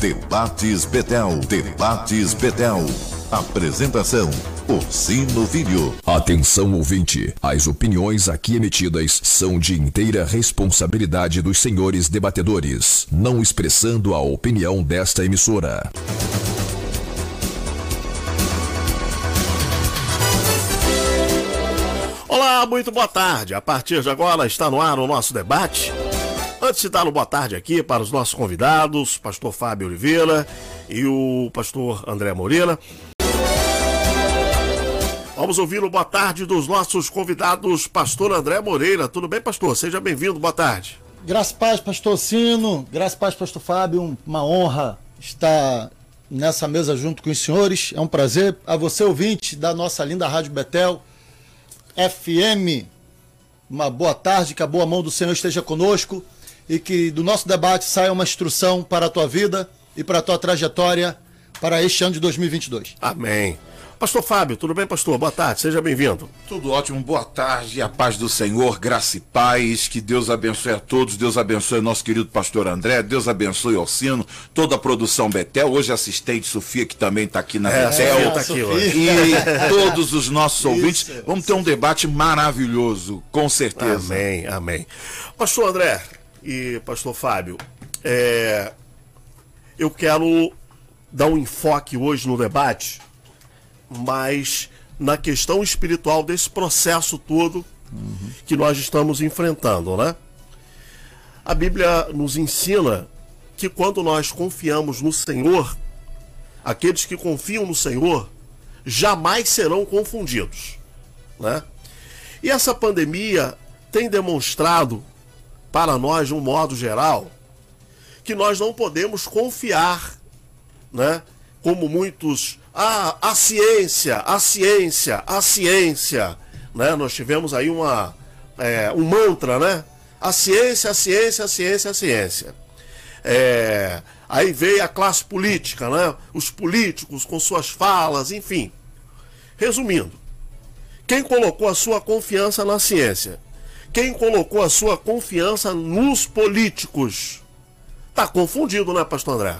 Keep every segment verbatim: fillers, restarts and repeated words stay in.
Debates Betel. Debates Betel. Apresentação: Orsino Filho. Atenção, ouvinte. As opiniões aqui emitidas são de inteira responsabilidade dos senhores debatedores, não expressando a opinião desta emissora. Olá, muito boa tarde. A partir de agora está no ar o nosso debate. Antes de dar um boa tarde aqui para os nossos convidados, pastor Fábio Oliveira e o pastor André Moreira, vamos ouvir o boa tarde dos nossos convidados, pastor André Moreira. Tudo bem, pastor? Seja bem-vindo, boa tarde. Graças a paz, pastor Sino. Graças a paz, pastor Fábio. Uma honra estar nessa mesa junto com os senhores. É um prazer. A você, ouvinte da nossa linda Rádio Betel F M, uma boa tarde, que a boa mão do Senhor esteja conosco e que do nosso debate saia uma instrução para a tua vida e para a tua trajetória para este ano de dois mil e vinte e dois. Amém. Pastor Fábio, tudo bem, pastor? Boa tarde, seja bem-vindo. Tudo ótimo, boa tarde, a paz do Senhor, graça e paz, que Deus abençoe a todos, Deus abençoe o nosso querido pastor André, Deus abençoe o Orsino, toda a produção Betel, hoje a assistente Sofia, que também está aqui na é, Betel, tá aqui hoje. E todos os nossos ouvintes. Isso. Vamos ter um debate maravilhoso, com certeza. Amém, amém. Pastor André e pastor Fábio, é, eu quero dar um enfoque hoje no debate, mas na questão espiritual desse processo todo uhum. que nós estamos enfrentando, né? A Bíblia nos ensina que quando nós confiamos no Senhor, aqueles que confiam no Senhor jamais serão confundidos, né? E essa pandemia tem demonstrado para nós, de um modo geral, que nós não podemos confiar, né? Como muitos... Ah, a ciência, a ciência, a ciência, né? Nós tivemos aí uma, é, um mantra, né? A ciência, a ciência, a ciência, a ciência. É, aí veio a classe política, né? Os políticos com suas falas, enfim. Resumindo, quem colocou a sua confiança na ciência? Quem colocou a sua confiança nos políticos? Tá confundido, né, pastor André?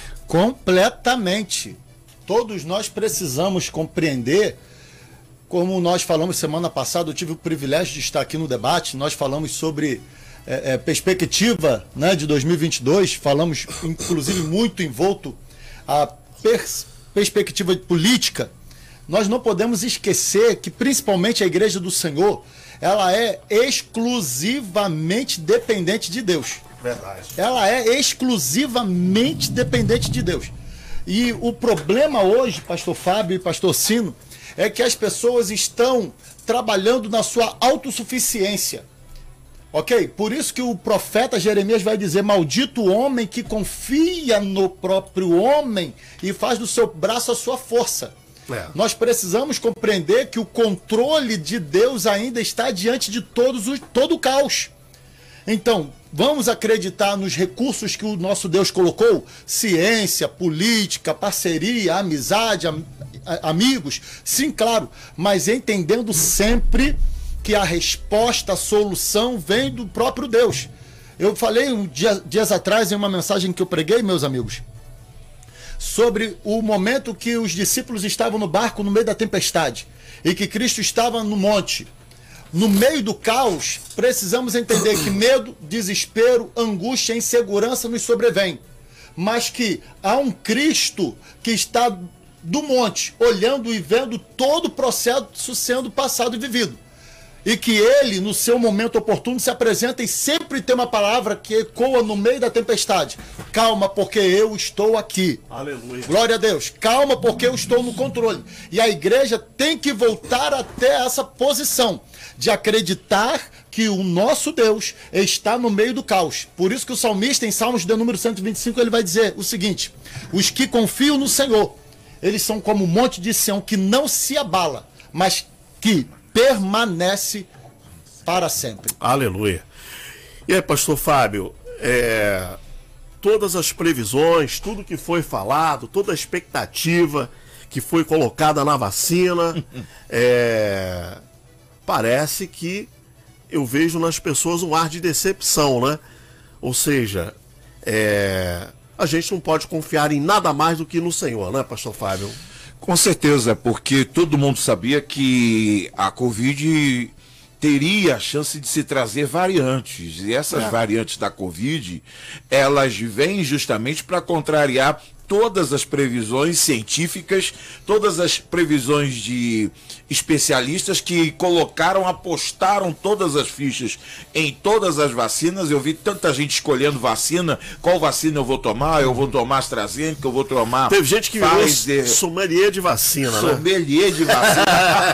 Completamente. Todos nós precisamos compreender, como nós falamos semana passada, eu tive o privilégio de estar aqui no debate, nós falamos sobre é, é, perspectiva, né, de dois mil e vinte e dois, falamos inclusive muito envolto a pers perspectiva política. Nós não podemos esquecer que principalmente a Igreja do Senhor, ela é exclusivamente dependente de Deus. Verdade. Ela é exclusivamente dependente de Deus. E o problema hoje, pastor Fábio e pastor Sino, é que as pessoas estão trabalhando na sua autossuficiência. Ok? Por isso que o profeta Jeremias vai dizer: maldito o homem que confia no próprio homem e faz do seu braço a sua força. É. Nós precisamos compreender que o controle de Deus ainda está diante de todos os, todo o caos. Então, vamos acreditar nos recursos que o nosso Deus colocou? Ciência, política, parceria, amizade, am amigos? Sim, claro, mas entendendo sempre que a resposta, a solução vem do próprio Deus. Eu falei um dia, dias atrás em uma mensagem que eu preguei, meus amigos, sobre o momento que os discípulos estavam no barco no meio da tempestade e que Cristo estava no monte. No meio do caos, precisamos entender que medo, desespero, angústia, insegurança nos sobrevém. Mas que há um Cristo que está do monte, olhando e vendo todo o processo sendo passado e vivido. E que ele, no seu momento oportuno, se apresenta e sempre tem uma palavra que ecoa no meio da tempestade. Calma, porque eu estou aqui. Aleluia. Glória a Deus. Calma, porque eu estou no controle. E a igreja tem que voltar até essa posição de acreditar que o nosso Deus está no meio do caos. Por isso que o salmista, em Salmos de número cento e vinte e cinco, ele vai dizer o seguinte: os que confiam no Senhor, eles são como um monte de Sião que não se abala, mas que permanece para sempre. Aleluia. E aí, pastor Fábio, é, todas as previsões, tudo que foi falado, toda a expectativa que foi colocada na vacina, é, parece que eu vejo nas pessoas um ar de decepção, né? Ou seja, é, a gente não pode confiar em nada mais do que no Senhor, né, pastor Fábio? Com certeza, porque todo mundo sabia que a Covid teria a chance de se trazer variantes. E essas é. variantes da Covid, elas vêm justamente para contrariar todas as previsões científicas, todas as previsões de especialistas que colocaram, apostaram todas as fichas em todas as vacinas. Eu vi tanta gente escolhendo vacina, qual vacina eu vou tomar, eu vou tomar AstraZeneca, eu vou tomar Teve gente que Pfizer, virou sommelier de vacina, sommelier né? de vacina.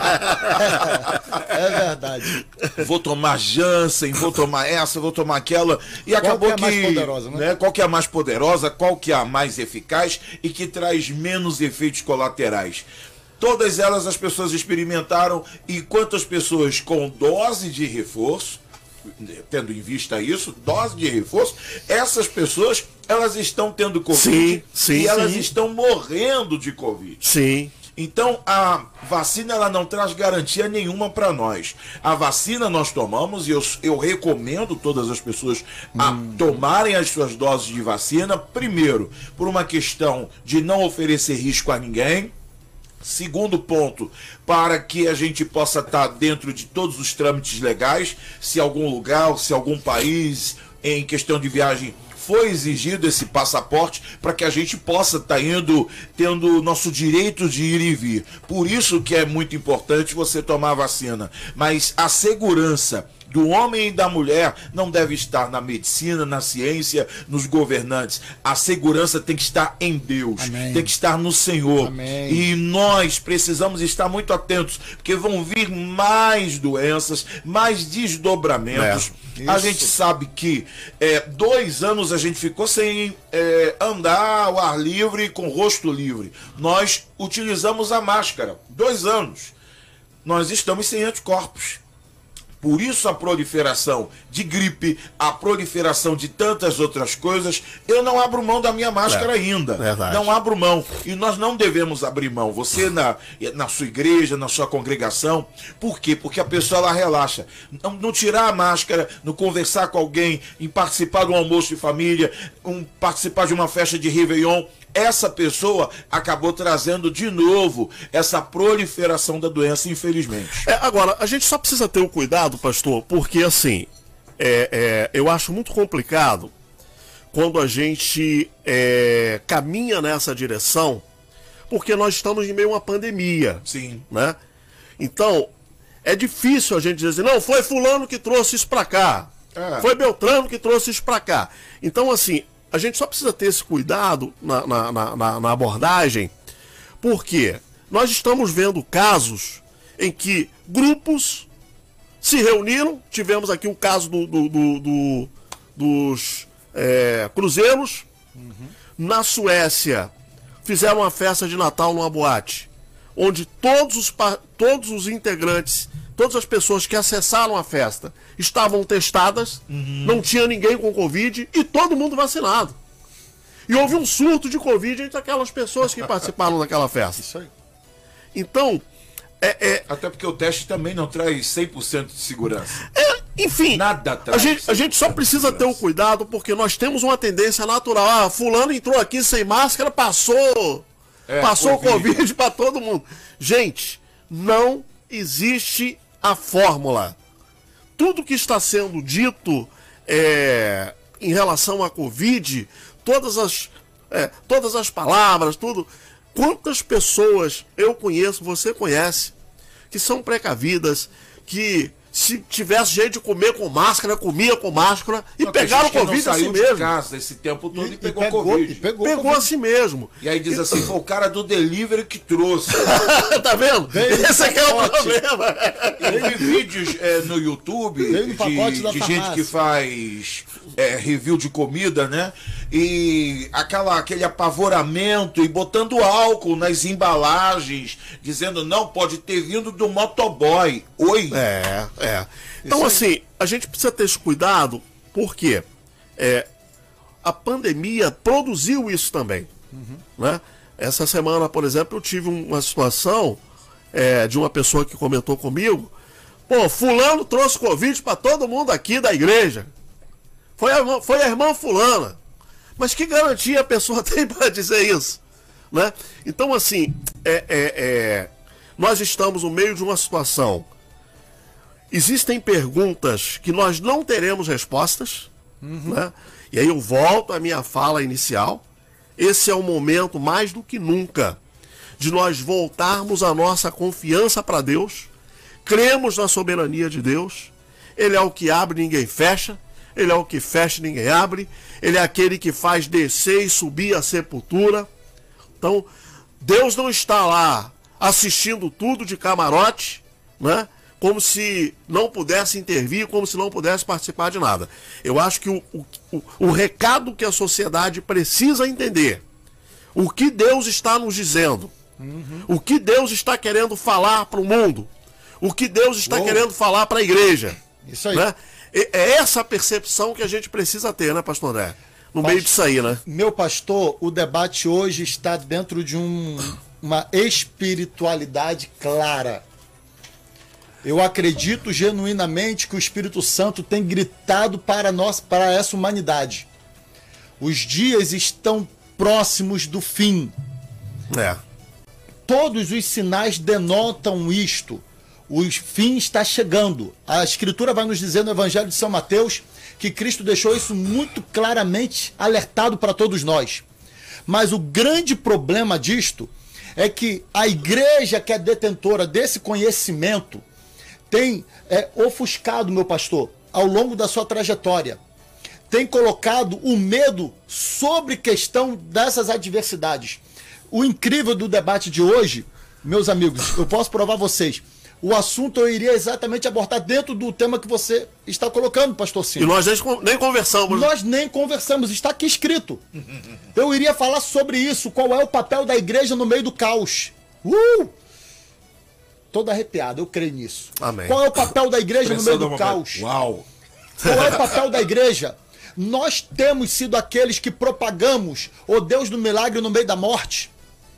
É verdade. Vou tomar Janssen, vou tomar essa, vou tomar aquela. E qual acabou que é a que, mais poderosa, né? né? Qual que é a mais poderosa, qual que é a mais eficaz e que traz menos efeitos colaterais. Todas elas as pessoas experimentaram, e quantas pessoas com dose de reforço, tendo em vista isso, dose de reforço, essas pessoas, elas estão tendo Covid, sim, sim, e elas sim. estão morrendo de Covid. Sim. Então, a vacina ela não traz garantia nenhuma para nós. A vacina nós tomamos, e eu, eu recomendo todas as pessoas a hum. tomarem as suas doses de vacina, primeiro, por uma questão de não oferecer risco a ninguém. Segundo ponto, para que a gente possa estar dentro de todos os trâmites legais, se algum lugar, se algum país, em questão de viagem, foi exigido esse passaporte, para que a gente possa estar indo, tendo o nosso direito de ir e vir. Por isso que é muito importante você tomar a vacina. Mas a segurança do homem e da mulher não deve estar na medicina, na ciência, nos governantes. A segurança tem que estar em Deus, Amém. Tem que estar no Senhor. Amém. E nós precisamos estar muito atentos, porque vão vir mais doenças, mais desdobramentos. É, a gente sabe que é, dois anos a gente ficou sem é, andar ao ar livre, com o rosto livre. Nós utilizamos a máscara. Dois anos. Nós estamos sem anticorpos. Por isso a proliferação de gripe, a proliferação de tantas outras coisas, eu não abro mão da minha máscara é, ainda. Verdade. Não abro mão. E nós não devemos abrir mão. Você na, na sua igreja, na sua congregação. Por quê? Porque a pessoa ela relaxa. Não, não tirar a máscara, não conversar com alguém, em participar de um almoço de família, um, participar de uma festa de Réveillon. Essa pessoa acabou trazendo de novo essa proliferação da doença, infelizmente. É, agora, a gente só precisa ter o cuidado, pastor, porque assim, é, é, eu acho muito complicado quando a gente é, caminha nessa direção, porque nós estamos em meio a uma pandemia. Sim. Né? Então, é difícil a gente dizer, não, foi fulano que trouxe isso pra cá, é. foi Beltrano que trouxe isso pra cá. Então, assim, a gente só precisa ter esse cuidado na, na, na, na abordagem, porque nós estamos vendo casos em que grupos se reuniram. Tivemos aqui um caso do, do, do, do, dos é, cruzeiros. Uhum. Na Suécia, fizeram uma festa de Natal numa boate, onde todos os, todos os integrantes, todas as pessoas que acessaram a festa estavam testadas, uhum. não tinha ninguém com Covid e todo mundo vacinado. E houve um surto de Covid entre aquelas pessoas que participaram daquela festa. Isso aí. Então, é, é... até porque o teste também não traz cem por cento de segurança. É, enfim, nada traz a gente, a gente só precisa ter o cuidado, porque nós temos uma tendência natural. Ah, fulano entrou aqui sem máscara, passou, é, passou o Covid para todo mundo. Gente, não existe a fórmula. Tudo que está sendo dito é, em relação à Covid, todas as, é, todas as palavras, tudo. Quantas pessoas eu conheço, você conhece, que são precavidas, que se tivesse jeito de comer com máscara, comia com máscara e não, pegaram o Covid não assim mesmo. De casa esse tempo todo e, e pegou, pegou Covid. E pegou pegou assim mesmo. E aí diz assim, foi o cara do delivery que trouxe. Tá vendo? Esse aqui é o problema. Eu vi vídeos é, no YouTube de, de gente que faz é, review de comida, né? E aquela, aquele apavoramento e botando álcool nas embalagens, dizendo, não, pode ter vindo do motoboy. Oi? É, é. Então, assim, a gente precisa ter esse cuidado, porque é, a pandemia produziu isso também. Uhum. Né? Essa semana, por exemplo, eu tive uma situação é, de uma pessoa que comentou comigo, pô, fulano trouxe Covid para todo mundo aqui da igreja. Foi a, foi a irmã fulana. Mas que garantia a pessoa tem para dizer isso? Né? Então, assim, é, é, é, nós estamos no meio de uma situação. Existem perguntas que nós não teremos respostas, uhum. né? E aí eu volto à minha fala inicial. Esse é o momento, mais do que nunca, de nós voltarmos a nossa confiança para Deus. Cremos na soberania de Deus. Ele é o que abre e ninguém fecha. Ele é o que fecha e ninguém abre. Ele é aquele que faz descer e subir a sepultura. Então, Deus não está lá assistindo tudo de camarote, né? Como se não pudesse intervir, como se não pudesse participar de nada. Eu acho que o, o, o recado que a sociedade precisa entender, o que Deus está nos dizendo, uhum. o que Deus está querendo falar para o mundo, o que Deus está Uou. querendo falar para a igreja. Isso aí. Né? É essa percepção que a gente precisa ter, né, pastor André? No Pastor, meio disso aí, né? Meu pastor, o debate hoje está dentro de um, uma espiritualidade clara. Eu acredito genuinamente que o Espírito Santo tem gritado para nós, para essa humanidade. Os dias estão próximos do fim. É. Todos os sinais denotam isto. O fim está chegando. A Escritura vai nos dizer no Evangelho de São Mateus que Cristo deixou isso muito claramente alertado para todos nós. Mas o grande problema disto é que a igreja que é detentora desse conhecimento tem é, ofuscado, meu pastor, ao longo da sua trajetória. Tem colocado o medo sobre questão dessas adversidades. O incrível do debate de hoje, meus amigos, eu posso provar a vocês, o assunto eu iria exatamente abordar dentro do tema que você está colocando, pastor Ciro. E nós nem conversamos. Nós nem conversamos, está aqui escrito. Eu iria falar sobre isso, qual é o papel da igreja no meio do caos. Uh! Todo arrepiado, eu creio nisso. Amém. Qual é o papel da igreja no meio do caos? Uau! Qual é o papel da igreja? Nós temos sido aqueles que propagamos o Deus do milagre no meio da morte.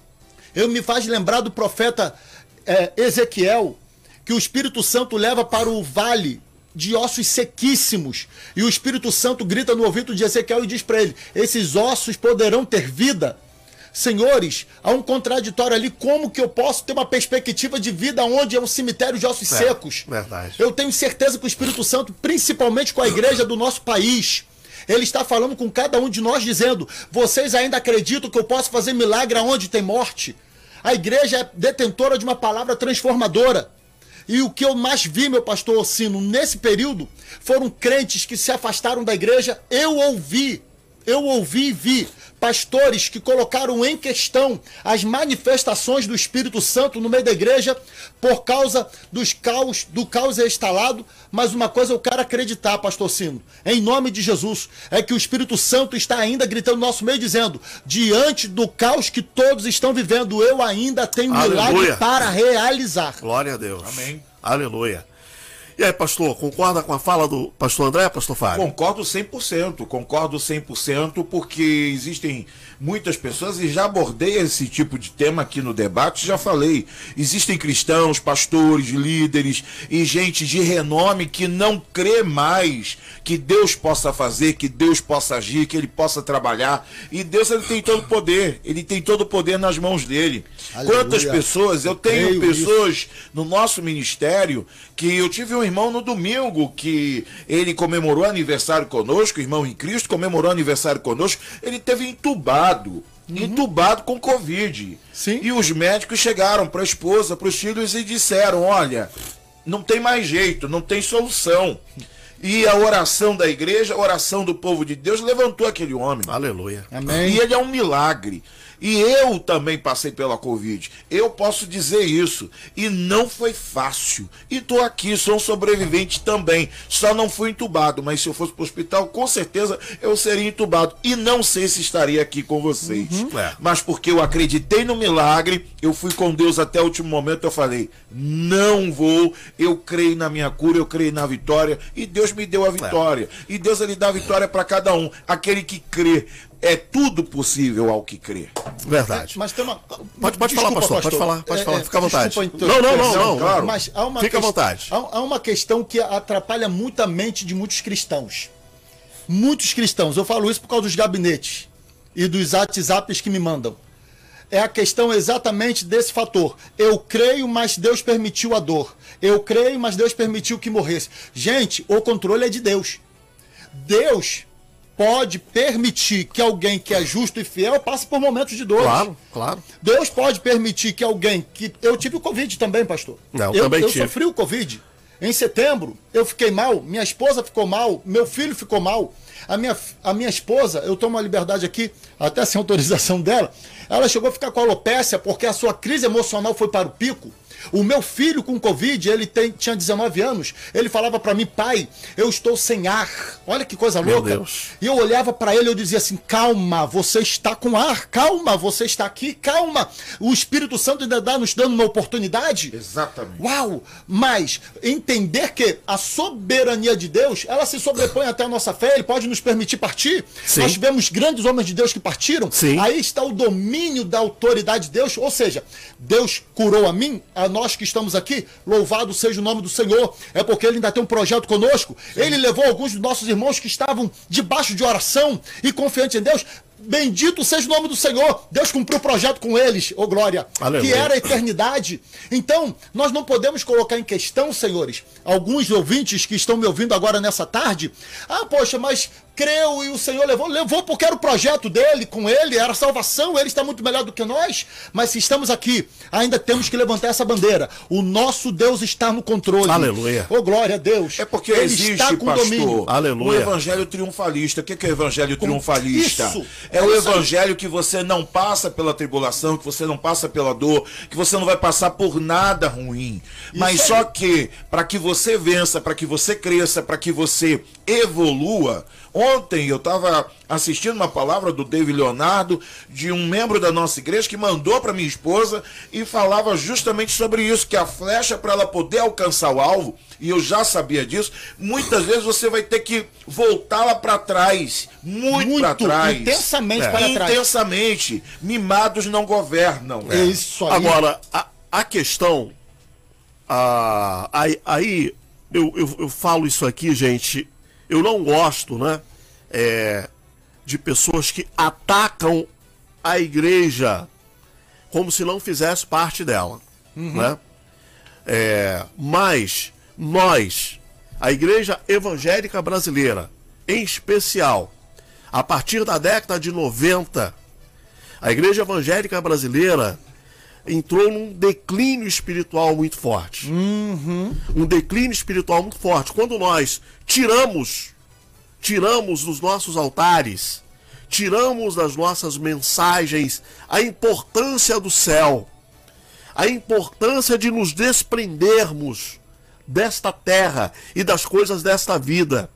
Eu me faz lembrar do profeta é, Ezequiel, que o Espírito Santo leva para o vale de ossos sequíssimos. E o Espírito Santo grita no ouvido de Ezequiel e diz para ele: esses ossos poderão ter vida? Senhores, há um contraditório ali. Como que eu posso ter uma perspectiva de vida onde é um cemitério de ossos é, secos? Verdade. Eu tenho certeza que o Espírito Santo, principalmente com a igreja do nosso país, ele está falando com cada um de nós, dizendo: vocês ainda acreditam que eu posso fazer milagre onde tem morte? A igreja é detentora de uma palavra transformadora. E o que eu mais vi, meu pastor Ossino, nesse período, foram crentes que se afastaram da igreja. Eu ouvi, eu ouvi e vi pastores que colocaram em questão as manifestações do Espírito Santo no meio da igreja por causa dos caos, do caos instalado. Mas uma coisa eu quero acreditar, pastor Sino, em nome de Jesus, é que o Espírito Santo está ainda gritando no nosso meio, dizendo: diante do caos que todos estão vivendo, eu ainda tenho um milagre para realizar. Glória a Deus. Amém. Aleluia. E aí, pastor, concorda com a fala do pastor André, pastor Fábio? Concordo cem por cento, concordo cem por cento, porque existem muitas pessoas, e já abordei esse tipo de tema aqui no debate, já falei, existem cristãos, pastores, líderes e gente de renome que não crê mais que Deus possa fazer, que Deus possa agir, que Ele possa trabalhar, e Deus, Ele tem todo o poder, Ele tem todo o poder nas mãos dele. Aleluia. Quantas pessoas, eu tenho eu pessoas isso. no nosso ministério, que eu tive um irmão no domingo, que ele comemorou aniversário conosco, irmão em Cristo, comemorou aniversário conosco, ele teve entubado, Uhum. entubado com Covid. Sim. E os médicos chegaram para a esposa, para os filhos e disseram: olha, não tem mais jeito, não tem solução. E a oração da igreja, a oração do povo de Deus levantou aquele homem. Aleluia. Amém. E ele é um milagre. E eu também passei pela Covid. Eu posso dizer isso. E não foi fácil. E estou aqui, sou um sobrevivente também. Só não fui entubado. Mas se eu fosse para o hospital, com certeza eu seria entubado. E não sei se estaria aqui com vocês. Uhum. É. Mas porque eu acreditei no milagre, eu fui com Deus até o último momento. Eu falei: não vou. Eu creio na minha cura, eu creio na vitória. E Deus me deu a vitória. É. E Deus, Ele dá a vitória para cada um. Aquele que crê. É tudo possível ao que crê. Verdade. É, mas tem uma... Pode, pode desculpa, falar, pastor, pastor. Pode falar, pode é, falar. É, fica à vontade. Desculpa, não, não, não, não. Claro. Mas há uma fica à quest... vontade. Há, há uma questão que atrapalha muito a mente de muitos cristãos. Muitos cristãos. Eu falo isso por causa dos gabinetes. e dos WhatsApps que me mandam. É a questão exatamente desse fator. Eu creio, mas Deus permitiu a dor. Eu creio, mas Deus permitiu que morresse. Gente, o controle é de Deus. Deus pode permitir que alguém que é justo e fiel passe por momentos de dor. Claro, claro. Deus pode permitir que alguém que... Eu tive o Covid também, pastor. Não, eu também eu tive. sofri o Covid. Em setembro, eu fiquei mal, minha esposa ficou mal, meu filho ficou mal. A minha, a minha esposa, eu tomo a liberdade aqui, até sem autorização dela, ela chegou a ficar com alopécia porque a sua crise emocional foi para o pico. O meu filho com Covid, ele tem, tinha dezenove anos, ele falava para mim, pai, eu estou sem ar. Olha que coisa Meu louca. Deus. E eu olhava para ele e eu dizia assim, calma, você está com ar, calma, você está aqui, calma. O Espírito Santo ainda está nos dando uma oportunidade. Exatamente. Uau! Mas entender que a soberania de Deus, ela se sobrepõe até a nossa fé, ele pode nos permitir partir. Sim. Nós tivemos grandes homens de Deus que partiram. Sim. Aí está o domínio da autoridade de Deus, ou seja, Deus curou a mim, a nós que estamos aqui, louvado seja o nome do Senhor, é porque ele ainda tem um projeto conosco. Sim. Ele levou alguns dos nossos irmãos que estavam debaixo de oração e confiantes em Deus. Bendito seja o nome do Senhor. Deus cumpriu o projeto com eles, ô glória, Aleluia. que era a eternidade. Então, nós não podemos colocar em questão, senhores, alguns ouvintes que estão me ouvindo agora nessa tarde. Ah, poxa, mas creu e o Senhor levou. Levou porque era o projeto dele, com ele, era a salvação, ele está muito melhor do que nós. Mas se estamos aqui, ainda temos que levantar essa bandeira. O nosso Deus está no controle. Aleluia. Ô glória a Deus. É porque ele existe, está com pastor, domínio. Aleluia. o evangelho triunfalista. O que é o evangelho triunfalista? Isso. É É o isso aí. evangelho que você não passa pela tribulação, que você não passa pela dor, que você não vai passar por nada ruim. Mas aí. só que, para que você vença, para que você cresça, para que você evolua. Ontem eu estava assistindo uma palavra do David Leonardo, de um membro da nossa igreja, que mandou para minha esposa e falava justamente sobre isso, que a flecha, para ela poder alcançar o alvo, e eu já sabia disso, muitas vezes você vai ter que voltá-la para trás, muito, para Muito, trás. intensamente É. para trás. Intensamente. Mimados não governam. É isso aí. Agora, a, a questão. A, aí aí eu, eu, eu falo isso aqui, gente. Eu não gosto, né? É, de pessoas que atacam a igreja como se não fizesse parte dela. Né? É, mas nós, a igreja evangélica brasileira, em especial, a partir da década de noventa, a igreja evangélica brasileira entrou num declínio espiritual muito forte. Uhum. Um declínio espiritual muito forte. Quando nós tiramos, tiramos dos nossos altares, tiramos das nossas mensagens a importância do céu, a importância de nos desprendermos desta terra e das coisas desta vida.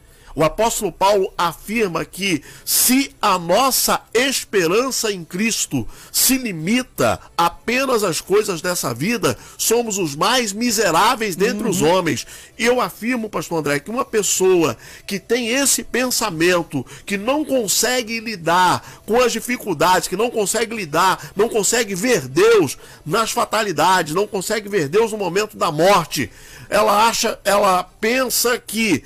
O apóstolo Paulo afirma que se a nossa esperança em Cristo se limita apenas às coisas dessa vida, somos os mais miseráveis dentre uhum. os homens. E eu afirmo, pastor André, que uma pessoa que tem esse pensamento, que não consegue lidar com as dificuldades, que não consegue lidar, não consegue ver Deus nas fatalidades, não consegue ver Deus no momento da morte, ela acha, ela pensa que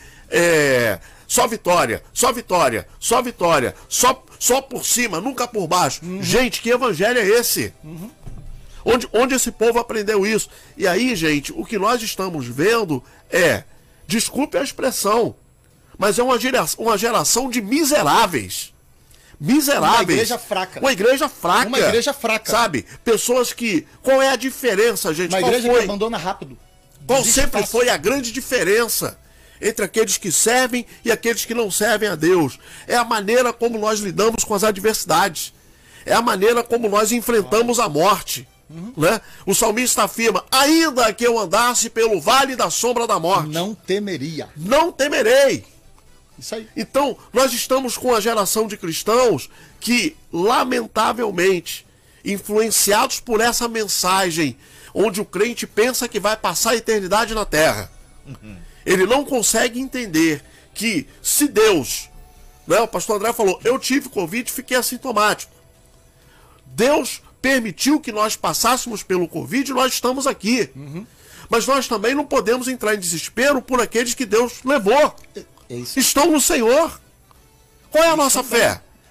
é, só vitória, só vitória, só vitória, só, só por cima, nunca por baixo. Uhum. Gente, que evangelho é esse? Uhum. Onde, onde esse povo aprendeu isso? E aí, gente, o que nós estamos vendo é, desculpe a expressão, mas é uma geração, uma geração de miseráveis. Miseráveis. Uma igreja fraca. Uma igreja fraca. Uma igreja fraca. Sabe? Pessoas que... Qual é a diferença, gente? Uma Qual igreja foi? que abandona rápido. Qual Desiste sempre fácil. foi a grande diferença entre aqueles que servem e aqueles que não servem a Deus? É a maneira como nós lidamos com as adversidades. É a maneira como nós enfrentamos a morte. Uhum. Né? O salmista afirma, ainda que eu andasse pelo vale da sombra da morte, não temeria. Não temerei. Isso aí. Então, nós estamos com a geração de cristãos que, lamentavelmente, influenciados por essa mensagem, onde o crente pensa que vai passar a eternidade na terra. Uhum. Ele não consegue entender que se Deus, né, o pastor André falou, eu tive Covid e fiquei assintomático. Deus permitiu que nós passássemos pelo Covid e nós estamos aqui. Uhum. Mas nós também não podemos entrar em desespero por aqueles que Deus levou. É isso. Estão no Senhor. Qual é a nossa fé?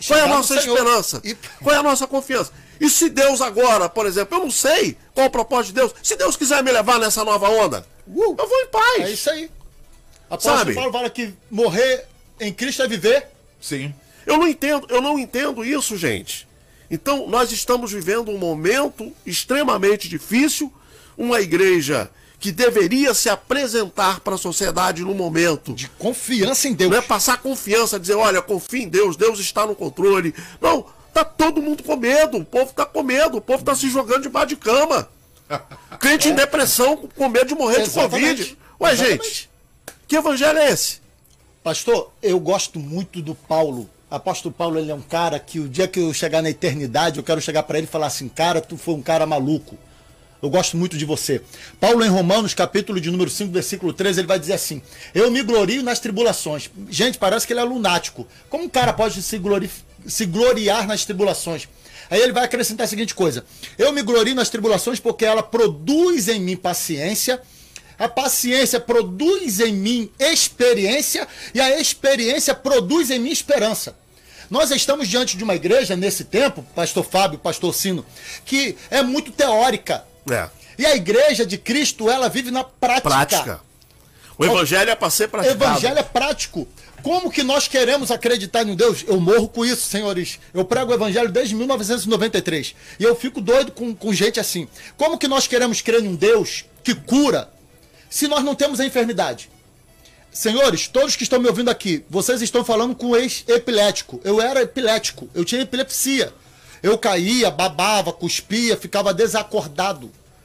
Qual é a chegar no nossa Senhor. esperança? E- Qual é a nossa confiança? E se Deus agora, por exemplo, eu não sei qual é o propósito de Deus, se Deus quiser me levar nessa nova onda, Uh, eu vou em paz. É isso aí. Apóstolo Sabe? Paulo fala que morrer em Cristo é viver. Sim. Eu não entendo, eu não entendo isso, gente. Então, nós estamos vivendo um momento extremamente difícil, uma igreja que deveria se apresentar para a sociedade no momento. De confiança em Deus. Não é passar confiança, dizer, olha, confia em Deus, Deus está no controle. Não, tá todo mundo com medo, o povo tá com medo, o povo tá se jogando debaixo de cama. Crente em depressão, com medo de morrer Exatamente. de Covid. Ué, Exatamente. gente, que evangelho é esse? Pastor, eu gosto muito do Paulo. Apóstolo Paulo, ele é um cara que o dia que eu chegar na eternidade, eu quero chegar para ele e falar assim, cara, tu foi um cara maluco. Eu gosto muito de você. Paulo em Romanos, capítulo de número cinco, versículo treze, ele vai dizer assim, eu me glorio nas tribulações. Gente, parece que ele é lunático. Como um cara pode se, glori... se gloriar nas tribulações? Aí ele vai acrescentar a seguinte coisa, eu me glorio nas tribulações porque ela produz em mim paciência, a paciência produz em mim experiência e a experiência produz em mim esperança. Nós estamos diante de uma igreja nesse tempo, pastor Fábio, pastor Sino, que é muito teórica. É. E a igreja de Cristo, ela vive na prática. Prática. O evangelho é para ser O praticado. evangelho é prático. Como que nós queremos acreditar em Deus? Eu morro com isso, senhores. Eu prego o evangelho desde mil novecentos e noventa e três. E eu fico doido com, com gente assim. Como que nós queremos crer em um Deus que cura se nós não temos a enfermidade? Senhores, todos que estão me ouvindo aqui, vocês estão falando com ex-epilético. Eu era epilético, eu tinha epilepsia. Eu caía, babava, cuspia, ficava desacordado.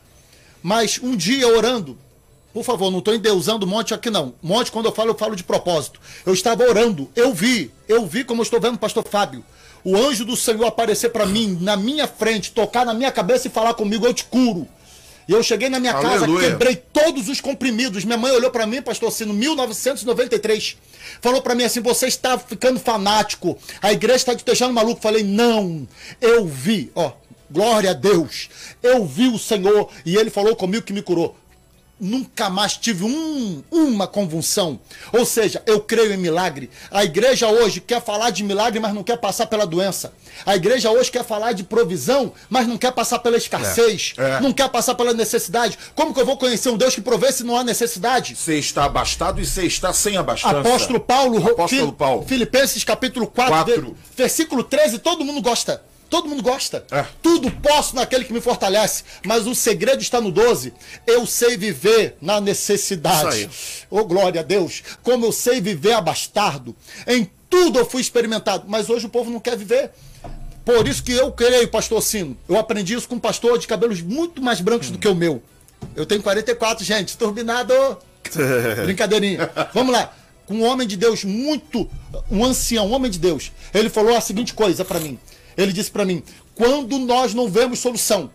Mas um dia orando, por favor, não estou endeusando monte aqui não. Monte, quando eu falo, eu falo de propósito. Eu estava orando, eu vi, eu vi como eu estou vendo o pastor Fábio. O anjo do Senhor aparecer para mim, na minha frente, tocar na minha cabeça e falar comigo, eu te curo. E eu cheguei na minha Aleluia. casa, quebrei todos os comprimidos. Minha mãe olhou pra mim, pastor Sino, mil novecentos e noventa e três. Falou pra mim assim, você está ficando fanático. A igreja está te deixando maluco. Falei, não, eu vi. Ó, glória a Deus. Eu vi o Senhor e ele falou comigo que me curou. Nunca mais tive um, uma convulsão. Ou seja, eu creio em milagre. A igreja hoje quer falar de milagre, mas não quer passar pela doença. A igreja hoje quer falar de provisão, mas não quer passar pela escassez. É, é. Não quer passar pela necessidade. Como que eu vou conhecer um Deus que provê se não há necessidade? Você está abastado e você está sem abastança. Apóstolo Paulo, Apóstolo Fi- Paulo. Filipenses capítulo quatro, Quatro. ve- versículo treze, todo mundo gosta. Todo mundo gosta. É. Tudo posso naquele que me fortalece. Mas o segredo está no doze. Eu sei viver na necessidade. Isso Oh, glória a Deus. Como eu sei viver abastardo. Em tudo eu fui experimentado. Mas hoje o povo não quer viver. Por isso que eu creio, pastor Sino. Eu aprendi isso com um pastor de cabelos muito mais brancos do que o meu. Eu tenho quarenta e quatro, gente. Turbinado. Brincadeirinha. Vamos lá. Com um homem de Deus muito... Um ancião, um homem de Deus. Ele falou a seguinte coisa pra mim. Ele disse pra mim, quando nós não vemos solução,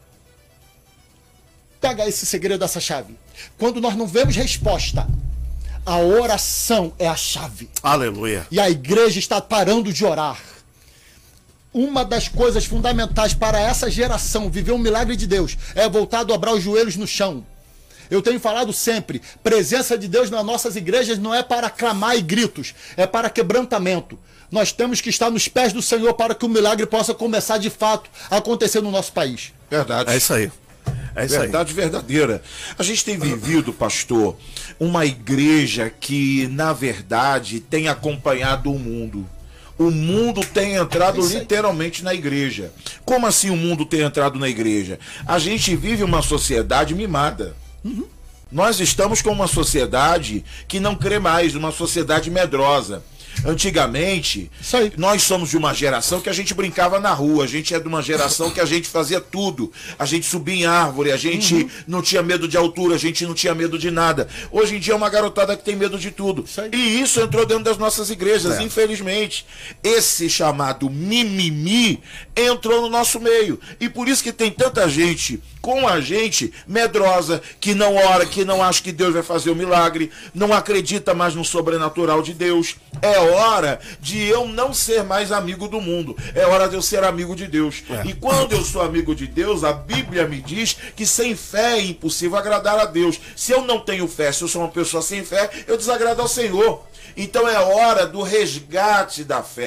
pega esse segredo dessa chave. Quando nós não vemos resposta, a oração é a chave. Aleluia. E a igreja está parando de orar. Uma das coisas fundamentais para essa geração viver um milagre de Deus é voltar a dobrar os joelhos no chão. Eu tenho falado sempre, presença de Deus nas nossas igrejas não é para clamar e gritos, é para quebrantamento. Nós temos que estar nos pés do Senhor para que o milagre possa começar de fato a acontecer no nosso país. Verdade. É isso aí. É isso aí. Verdade verdadeira. A gente tem vivido, pastor, uma igreja que, na verdade, tem acompanhado o mundo. O mundo tem entrado literalmente na igreja. Como assim o mundo tem entrado na igreja? A gente vive uma sociedade mimada. Uhum. Nós estamos com uma sociedade que não crê mais, uma sociedade medrosa. Antigamente, Isso aí. nós somos de uma geração que a gente brincava na rua, a gente é de uma geração que a gente fazia tudo. A gente subia em árvore, a gente uhum. não tinha medo de altura, a gente não tinha medo de nada. Hoje em dia é uma garotada que tem medo de tudo. Isso aí. E isso entrou dentro das nossas igrejas, É. infelizmente. Esse chamado mimimi entrou no nosso meio. E por isso que tem tanta gente com a gente medrosa, que não ora, que não acha que Deus vai fazer o milagre, não acredita mais no sobrenatural de Deus. É hora de eu não ser mais amigo do mundo. É hora de eu ser amigo de Deus. É. E quando eu sou amigo de Deus, a Bíblia me diz que sem fé é impossível agradar a Deus. Se eu não tenho fé, se eu sou uma pessoa sem fé, eu desagrado ao Senhor. Então é hora do resgate da fé.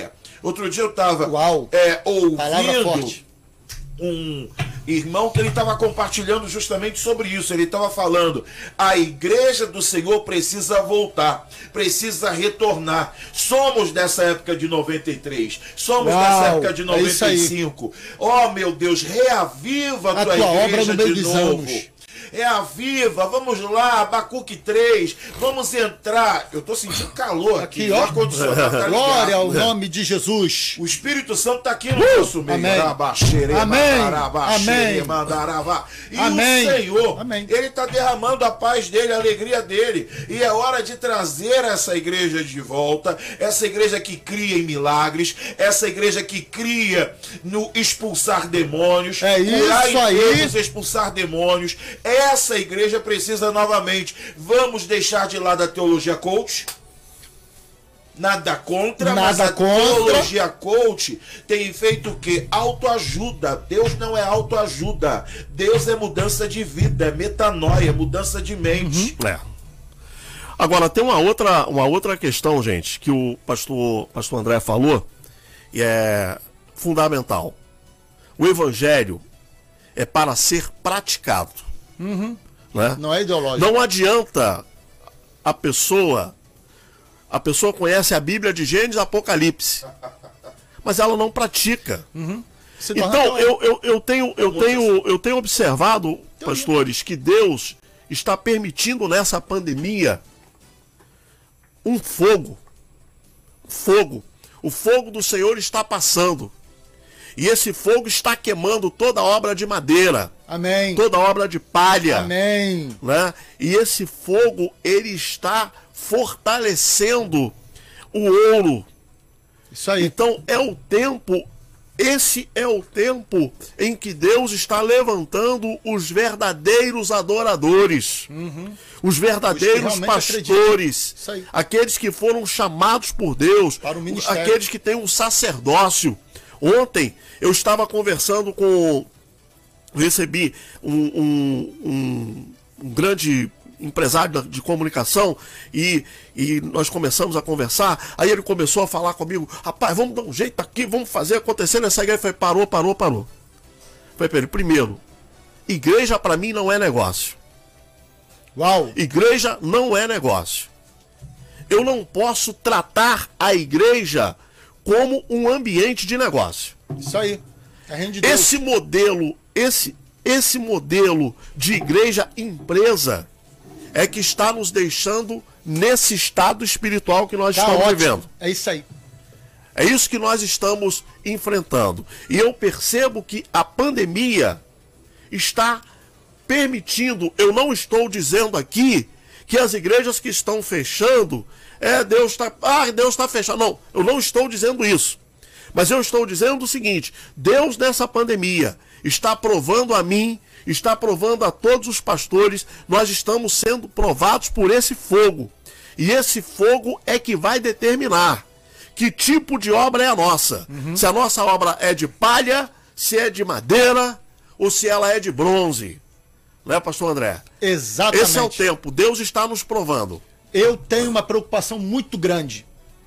Outro dia eu estava Uau. é, Palavra ouvindo forte. um irmão que ele estava compartilhando justamente sobre isso. Ele estava falando: a igreja do Senhor precisa voltar, precisa retornar. Somos dessa época de noventa e três, somos Uau, dessa época de é noventa e cinco. Oh, meu Deus, reaviva a A tua, tua obra igreja no meio de dos novo. anos. É a viva, vamos lá, Abacuque três, vamos entrar. Eu tô sentindo calor aqui, Aqui, o ó. ar-condicionado tá ligado. Glória ao nome de Jesus. O Espírito Santo está aqui no nosso meio. Amém. Rabaxere, Amém. mandarabaxere, Amém. mandaravá. E Amém. o Senhor, Amém. Ele está derramando a paz dele, a alegria dele. E é hora de trazer essa igreja de volta. Essa igreja que cria em milagres. Essa igreja que cria no expulsar demônios. É curar isso aí. enfermos, expulsar demônios. Essa igreja precisa novamente. Vamos deixar de lado a teologia coach. Nada contra, Nada mas a contra. teologia coach tem feito o quê? Autoajuda. Deus não é autoajuda. Deus é mudança de vida, é metanoia, mudança de mente. É. Agora, tem uma outra, uma outra questão, gente, que o pastor, pastor André falou, e é fundamental. O evangelho é para ser praticado. Né? Não é ideológico. Não adianta a pessoa... A pessoa conhece a Bíblia de Gênesis e Apocalipse, mas ela não pratica. Se torna Então, tão- eu, eu, eu, tenho, eu, tenho, eu tenho observado, pastores, que Deus está permitindo nessa pandemia um fogo. Fogo. O fogo do Senhor está passando. E esse fogo está queimando toda a obra de madeira, Amém. toda a obra de palha. Amém. Né? E esse fogo, ele está fortalecendo o ouro. Isso aí. Então é o tempo, esse é o tempo em que Deus está levantando os verdadeiros adoradores, os verdadeiros Os que realmente pastores, Isso aí. aqueles que foram chamados por Deus, Para o ministério. aqueles que têm um sacerdócio. Ontem eu estava conversando com, eu recebi um, um, um, um grande empresário de comunicação e, e nós começamos a conversar. Aí ele começou a falar comigo: rapaz, vamos dar um jeito aqui, vamos fazer acontecer nessa igreja. Eu falei: parou, parou, parou. Eu falei para ele: primeiro, igreja para mim não é negócio. Uau. Igreja não é negócio. Eu não posso tratar a igreja como um ambiente de negócio. Isso aí. É reino de Deus. Esse modelo, esse, esse modelo de igreja empresa é que está nos deixando nesse estado espiritual que nós Tá estamos ótimo. vivendo. É isso aí. É isso que nós estamos enfrentando. E eu percebo que a pandemia está permitindo, eu não estou dizendo aqui que as igrejas que estão fechando, é, Deus está, ah, Deus está fechando. Não, eu não estou dizendo isso. Mas eu estou dizendo o seguinte: Deus nessa pandemia está provando a mim, está provando a todos os pastores, nós estamos sendo provados por esse fogo. E esse fogo é que vai determinar que tipo de obra é a nossa. Uhum. Se a nossa obra é de palha, se é de madeira ou se ela é de bronze. Não é, pastor André? Exatamente. Esse é o tempo. Deus está nos provando. Eu tenho uma preocupação muito grande.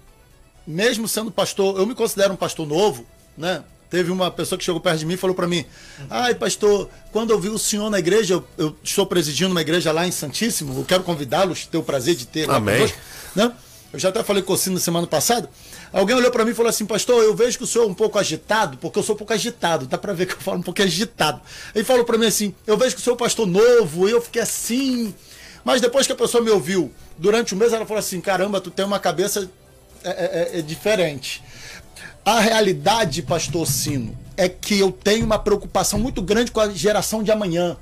Mesmo sendo pastor, eu me considero um pastor novo, né? Teve uma pessoa que chegou perto de mim e falou para mim: ai, pastor, quando eu vi o senhor na igreja, eu, eu estou presidindo uma igreja lá em Santíssimo, eu quero convidá-los, ter o prazer de ter lá Amém. conosco, né? Eu já até falei com o Cino na semana passada. Alguém olhou para mim e falou assim: pastor, eu vejo que o senhor é um pouco agitado, porque eu sou um pouco agitado, dá para ver que eu falo um pouco agitado. Ele falou para mim assim: eu vejo que o senhor é um pastor novo, e eu fiquei assim. Mas depois que a pessoa me ouviu durante o mês, ela falou assim: caramba, tu tem uma cabeça é, é, é diferente. A realidade, pastor Cino, é que eu tenho uma preocupação muito grande com a geração de amanhã.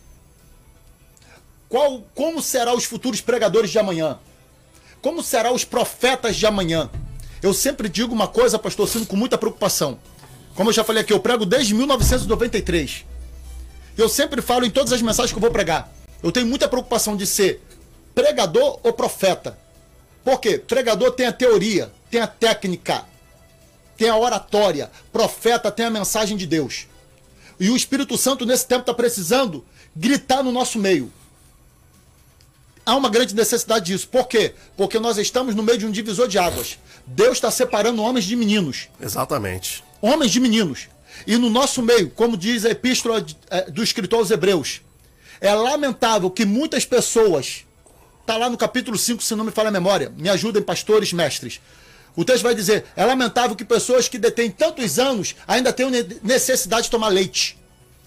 Qual, como serão os futuros pregadores de amanhã? Como serão os profetas de amanhã? Eu sempre digo uma coisa, pastor Cino, com muita preocupação. Como eu já falei aqui, eu prego desde mil novecentos e noventa e três. Eu sempre falo em todas as mensagens que eu vou pregar. Eu tenho muita preocupação de ser pregador ou profeta. Por quê? Pregador tem a teoria, tem a técnica, tem a oratória. Profeta tem a mensagem de Deus. E o Espírito Santo nesse tempo está precisando gritar no nosso meio. há uma grande necessidade disso. Por quê? Porque nós estamos no meio de um divisor de águas. Deus está separando homens de meninos. Exatamente. Homens de meninos. E no nosso meio, como diz a epístola do escritor aos Hebreus, é lamentável que muitas pessoas, está lá no capítulo cinco, se não me falha a memória, me ajudem pastores, mestres. O texto vai dizer, é lamentável que pessoas que detêm tantos anos ainda tenham necessidade de tomar leite.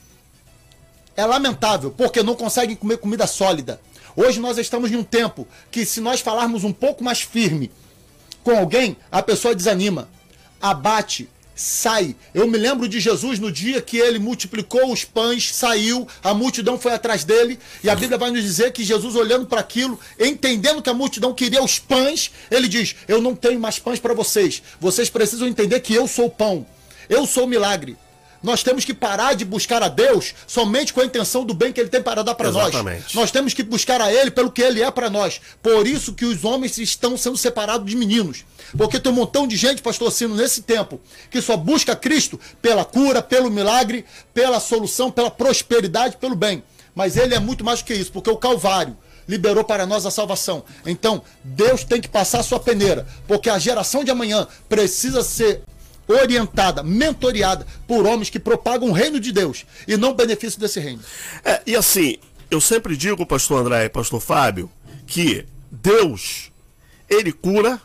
É lamentável, porque não conseguem comer comida sólida. Hoje nós estamos em um tempo que, se nós falarmos um pouco mais firme com alguém, a pessoa desanima, abate, sai. Eu me lembro de Jesus no dia que ele multiplicou os pães, saiu, a multidão foi atrás dele, e a Bíblia vai nos dizer que Jesus, olhando para aquilo, entendendo que a multidão queria os pães, ele diz, eu não tenho mais pães para vocês, vocês precisam entender que eu sou o pão, eu sou o milagre. Nós temos que parar de buscar a Deus somente com a intenção do bem que Ele tem para dar para nós. Nós temos que buscar a Ele pelo que Ele é para nós. Por isso que os homens estão sendo separados de meninos. Porque tem um montão de gente, pastor Cino, nesse tempo, que só busca Cristo pela cura, pelo milagre, pela solução, pela prosperidade, pelo bem. Mas Ele é muito mais do que isso, porque o Calvário liberou para nós a salvação. Então, Deus tem que passar a sua peneira, porque a geração de amanhã precisa ser orientada, mentoreada por homens que propagam o reino de Deus e não o benefício desse reino. É, e assim, eu sempre digo, pastor André e pastor Fábio, que Deus, Ele cura,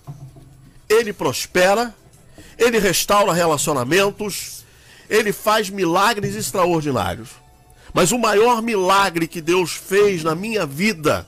Ele prospera, Ele restaura relacionamentos, Ele faz milagres extraordinários. Mas o maior milagre que Deus fez na minha vida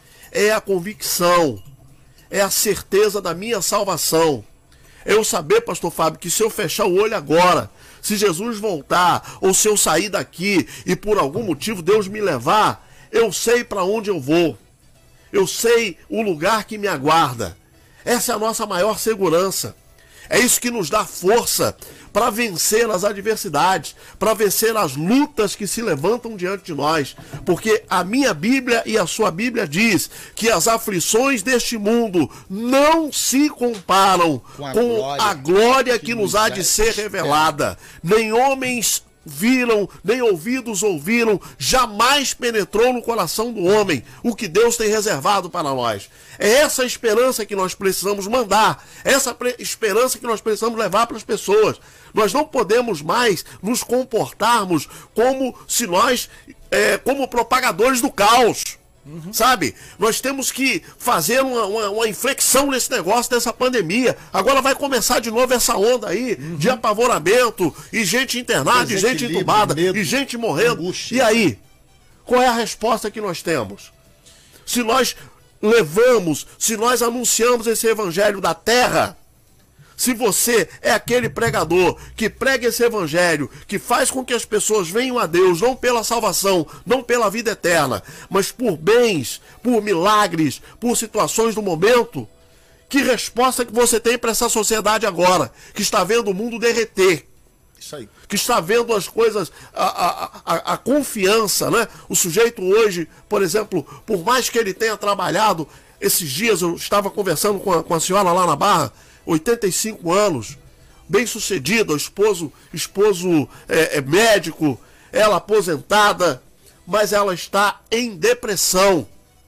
é a convicção, é a certeza da minha salvação. Eu saber, pastor Fábio, que se eu fechar o olho agora, se Jesus voltar, ou se eu sair daqui e por algum motivo Deus me levar, eu sei para onde eu vou. Eu sei o lugar que me aguarda. Essa é a nossa maior segurança. É isso que nos dá força para vencer as adversidades, para vencer as lutas que se levantam diante de nós. Porque a minha Bíblia e a sua Bíblia diz que as aflições deste mundo não se comparam com a, com glória, a glória que, que nos há de ser revelada. Nem homens viram, nem ouvidos ouviram, jamais penetrou no coração do homem o que Deus tem reservado para nós. É essa esperança que nós precisamos mandar, essa esperança que nós precisamos levar para as pessoas. Nós não podemos mais nos comportarmos como se nós, é, como propagadores do caos. Uhum. Sabe? Nós temos que fazer uma, uma, uma inflexão nesse negócio dessa pandemia. Agora vai começar de novo essa onda aí, uhum, de apavoramento, e gente internada, e gente entubada, medo, e gente morrendo. Angústia. E aí? Qual é a resposta que nós temos? Se nós levamos, se nós anunciamos esse evangelho da terra, se você é aquele pregador que prega esse evangelho, que faz com que as pessoas venham a Deus, não pela salvação, não pela vida eterna, mas por bens, por milagres, por situações do momento, que resposta que você tem para essa sociedade agora, que está vendo o mundo derreter? Isso aí. Que está vendo as coisas, a, a, a, a confiança, né? O sujeito hoje, por exemplo, por mais que ele tenha trabalhado, esses dias eu estava conversando com a, com a senhora lá na Barra, oitenta e cinco anos, bem sucedido, esposo, esposo é, é médico, ela aposentada, mas ela está em depressão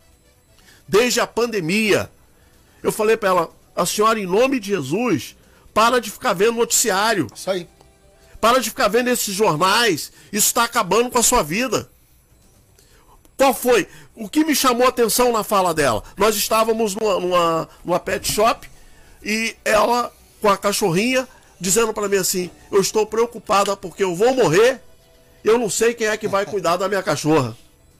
desde a pandemia. Eu falei para ela, a senhora, em nome de Jesus, para de ficar vendo noticiário. Isso aí. Para de ficar vendo esses jornais, isso está acabando com a sua vida. Qual foi? O que me chamou a atenção na fala dela? Nós estávamos numa, numa, numa pet shop, e ela, com a cachorrinha, dizendo para mim assim, eu estou preocupada porque eu vou morrer, eu não sei quem é que vai cuidar da minha cachorra.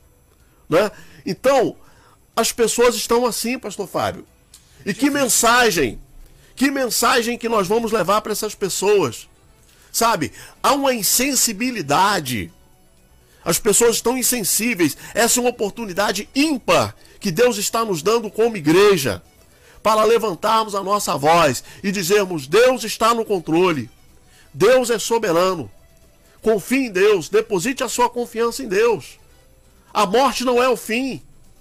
Né? Então, as pessoas estão assim, pastor Fábio. E que mensagem, que mensagem que nós vamos levar para essas pessoas? Sabe, há uma insensibilidade. As pessoas estão insensíveis. Essa é uma oportunidade ímpar que Deus está nos dando como igreja, para levantarmos a nossa voz e dizermos, Deus está no controle, Deus é soberano, confie em Deus, deposite a sua confiança em Deus. A morte não é o fim,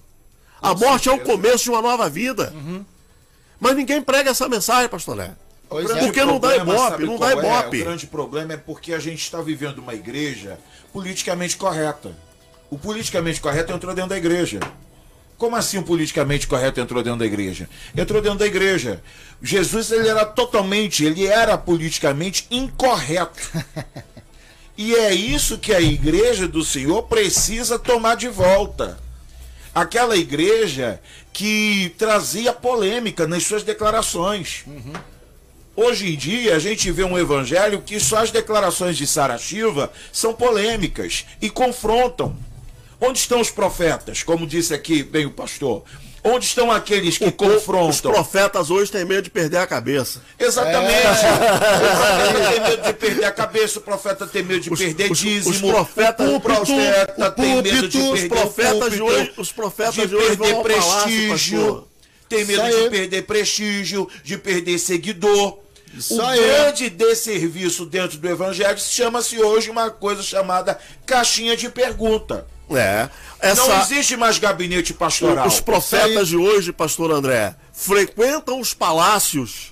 a Com morte certeza. É o começo de uma nova vida. Uhum. Mas ninguém prega essa mensagem, pastor Lé. Porque é. não dá ibope, não dá ibope. É? O grande problema é porque a gente está vivendo uma igreja politicamente correta. O politicamente correto entrou dentro da igreja. Como assim o politicamente correto entrou dentro da igreja? Entrou dentro da igreja. Jesus, ele era totalmente, ele era politicamente incorreto. E é isso que a igreja do Senhor precisa tomar de volta. Aquela igreja que trazia polêmica nas suas declarações. Uhum. Hoje em dia, a gente vê um evangelho que só as declarações de Saraiva são polêmicas e confrontam. Onde estão os profetas? Como disse aqui bem o pastor. Onde estão aqueles que o, confrontam? Os profetas hoje têm medo de perder a cabeça. Exatamente. É. O profeta tem medo de perder a cabeça, o profeta tem medo de os, perder os, dízimo. Os profetas, o profeta o tem medo de perder os profetas de hoje, os profetas de, de hoje perder vão prestígio. Palácio, tem medo Isso de aí. perder prestígio, de perder seguidor. Isso o aí. grande desserviço dentro do evangelho chama-se hoje uma coisa chamada caixinha de pergunta. É. Essa... Não existe mais gabinete pastoral. Os profetas de hoje, pastor André, frequentam os palácios,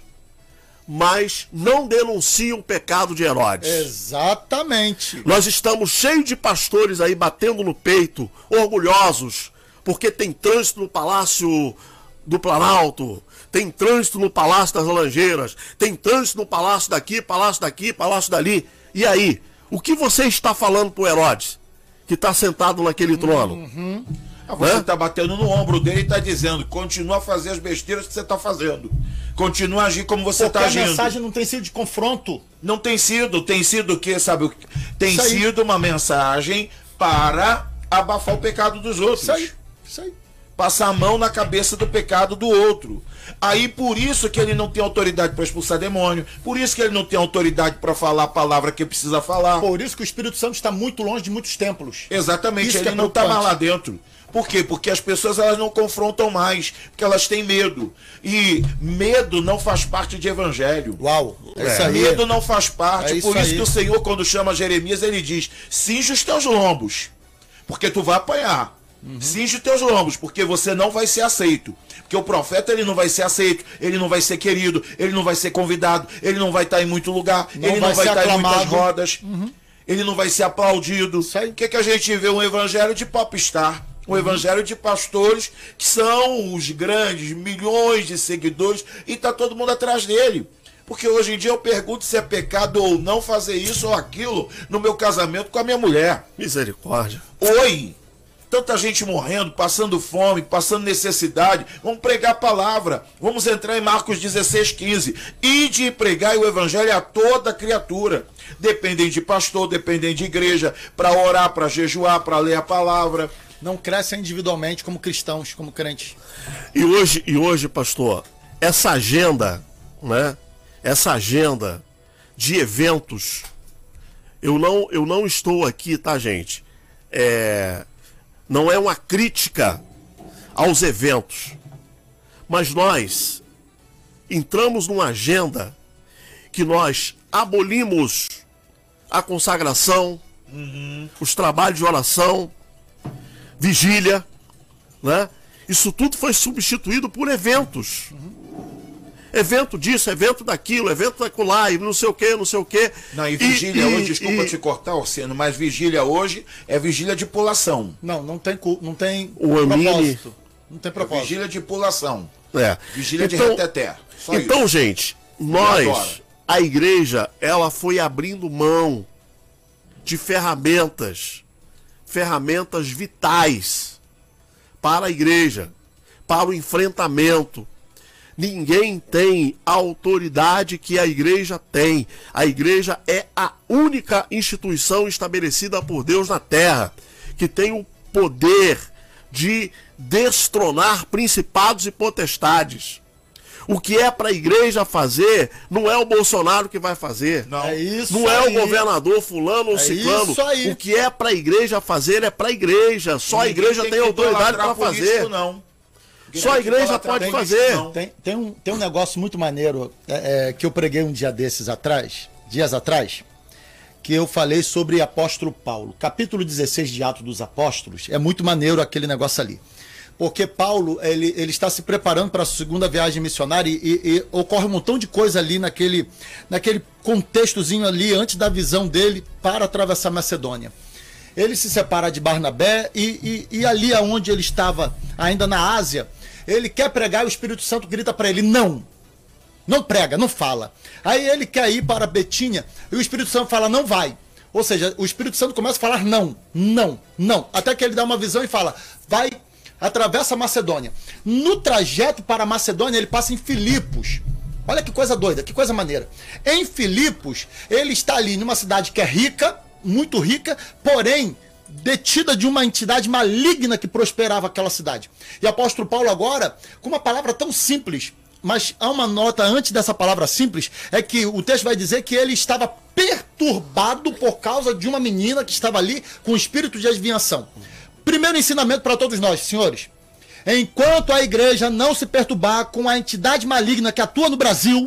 mas não denunciam o pecado de Herodes. Exatamente. Nós estamos cheios de pastores aí batendo no peito, orgulhosos, porque tem trânsito no Palácio do Planalto, tem trânsito no Palácio das Laranjeiras, tem trânsito no Palácio daqui, Palácio daqui, Palácio dali. E aí, o que você está falando pro Herodes, que está sentado naquele trono? Uhum. Ah, você está batendo no ombro dele e está dizendo, continua a fazer as besteiras que você está fazendo. Continua a agir como você está agindo. Porque a mensagem não tem sido de confronto. Não tem sido. Tem sido o quê? Sabe o que? Tem Isso sido aí. uma mensagem para abafar o pecado dos outros. Isso aí. Isso aí. Passar a mão na cabeça do pecado do outro. Aí por isso que ele não tem autoridade para expulsar demônio, por isso que ele não tem autoridade para falar a palavra que precisa falar. Por isso que o Espírito Santo está muito longe de muitos templos. Exatamente, Isso ele que é não está mais preocupante. lá dentro. Por quê? Porque as pessoas elas não confrontam mais, porque elas têm medo. E medo não faz parte de evangelho. Uau, é isso aí. Medo não faz parte. É isso por isso aí. que o Senhor, quando chama Jeremias, ele diz, cinge os teus lombos, porque tu vai apanhar. Uhum. Cinge os teus lombos, porque você não vai ser aceito. Porque o profeta ele não vai ser aceito, ele não vai ser querido, ele não vai ser convidado, ele não vai estar em muito lugar, Não ele vai não vai ser estar em muitas aclamado. rodas, Uhum. ele não vai ser aplaudido. Isso aí. O que, que a gente vê? Um evangelho de popstar, um Uhum. evangelho de pastores que são os grandes, milhões de seguidores, e está todo mundo atrás dele. Porque hoje em dia eu pergunto se é pecado ou não fazer isso ou aquilo no meu casamento com a minha mulher. Misericórdia. Oi! Tanta gente morrendo, passando fome, passando necessidade. Vamos pregar a palavra. Vamos entrar em Marcos dezesseis, quinze. Ide e pregai o evangelho a toda criatura. Dependem de pastor, dependem de igreja, para orar, para jejuar, para ler a palavra. Não crescem individualmente como cristãos, como crentes. E hoje, e hoje, pastor, essa agenda, né? Essa agenda de eventos, eu não, eu não estou aqui, tá, gente? É... Não é uma crítica aos eventos, mas nós entramos numa agenda que nós abolimos a consagração, uhum. os trabalhos de oração, vigília, né? Isso tudo foi substituído por eventos. Uhum. Evento disso, evento daquilo, evento daquilo lá, e não sei o que, não sei o que. Não, e vigília e, hoje, e, desculpa e... te cortar, Orsino, mas vigília hoje é vigília de pulação. Não, não tem, não tem o propósito. Não tem propósito. É vigília de pulação. É. Vigília então, de reteté. Só então, isso. gente, nós, a igreja, ela foi abrindo mão de ferramentas, ferramentas vitais para a igreja, para o enfrentamento. Ninguém tem a autoridade que a igreja tem. A igreja é a única instituição estabelecida por Deus na terra que tem o poder de destronar principados e potestades. O que é para a igreja fazer não é o Bolsonaro que vai fazer. Não, é isso não é aí. o governador fulano ou É ciclano. isso aí. O que é para a igreja fazer é para a igreja. Só a igreja tem, tem autoridade para fazer. Não. Só a igreja pode fazer. Tem, tem, um, tem um negócio muito maneiro é, é, que eu preguei um dia desses atrás, dias atrás, que eu falei sobre apóstolo Paulo. Capítulo dezesseis de Atos dos Apóstolos, é muito maneiro aquele negócio ali. Porque Paulo, ele, ele está se preparando para a segunda viagem missionária e, e, e ocorre um montão de coisa ali naquele, naquele contextozinho ali, antes da visão dele para atravessar a Macedônia. ele se separa de Barnabé e, e, e ali onde ele estava, ainda na Ásia, ele quer pregar e o Espírito Santo grita para ele, não, não prega, não fala. Aí ele quer ir para Betínia e o Espírito Santo fala, não vai. Ou seja, o Espírito Santo começa a falar não, não, não, até que ele dá uma visão e fala, vai, atravessa a Macedônia. No trajeto para a Macedônia, ele passa em Filipos. Olha que coisa doida, que coisa maneira. Em Filipos, ele está ali numa cidade que é rica, muito rica, porém detida de uma entidade maligna que prosperava aquela cidade. E o apóstolo Paulo agora, com uma palavra tão simples, mas há uma nota antes dessa palavra simples, é que o texto vai dizer que ele estava perturbado por causa de uma menina que estava ali com espírito de adivinhação. Primeiro ensinamento para todos nós, senhores. Enquanto a igreja não se perturbar com a entidade maligna que atua no Brasil,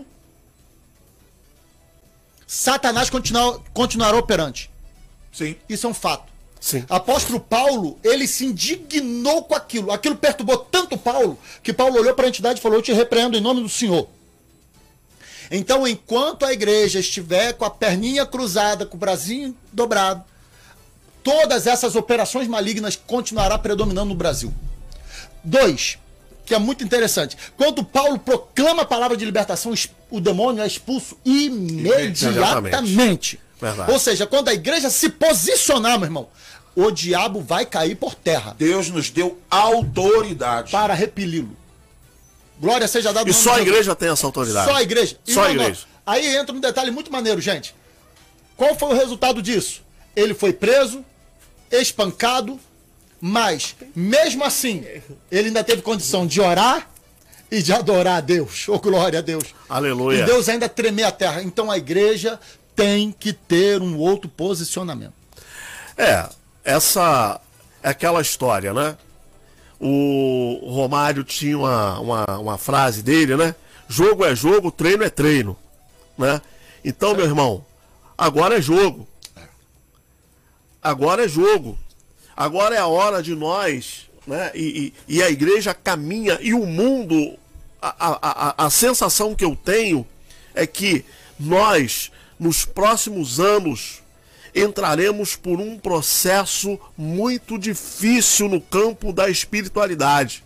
Satanás continua, continuará operante. Sim. Isso é um fato. Sim. Apóstolo Paulo, ele se indignou com aquilo. Aquilo perturbou tanto Paulo, que Paulo olhou para a entidade e falou, eu te repreendo em nome do Senhor. Então, enquanto a igreja estiver com a perninha cruzada, com o bracinho dobrado, todas essas operações malignas continuarão predominando no Brasil. Dois, que é muito interessante. Quando Paulo proclama a palavra de libertação, o demônio é expulso imediatamente. Verdade. Ou seja, quando a igreja se posicionar, meu irmão, o diabo vai cair por terra. Deus nos deu autoridade para repeli-lo. Glória seja dada. E só a igreja tem essa autoridade. Só a igreja. Só a igreja. Aí entra um detalhe muito maneiro, gente. Qual foi o resultado disso? Ele foi preso, espancado, mas, mesmo assim, ele ainda teve condição de orar e de adorar a Deus. Oh, glória a Deus. Aleluia. E Deus ainda tremer a terra. Então a igreja tem que ter um outro posicionamento. É, essa é aquela história, né? O Romário tinha uma, uma, uma frase dele, né? Jogo é jogo, treino é treino, né? Então, meu irmão, agora é jogo. Agora é jogo. Agora é a hora de nós, né? E, e, e a igreja caminha, e o mundo, a, a, a, a sensação que eu tenho é que nós, nos próximos anos, entraremos por um processo muito difícil no campo da espiritualidade.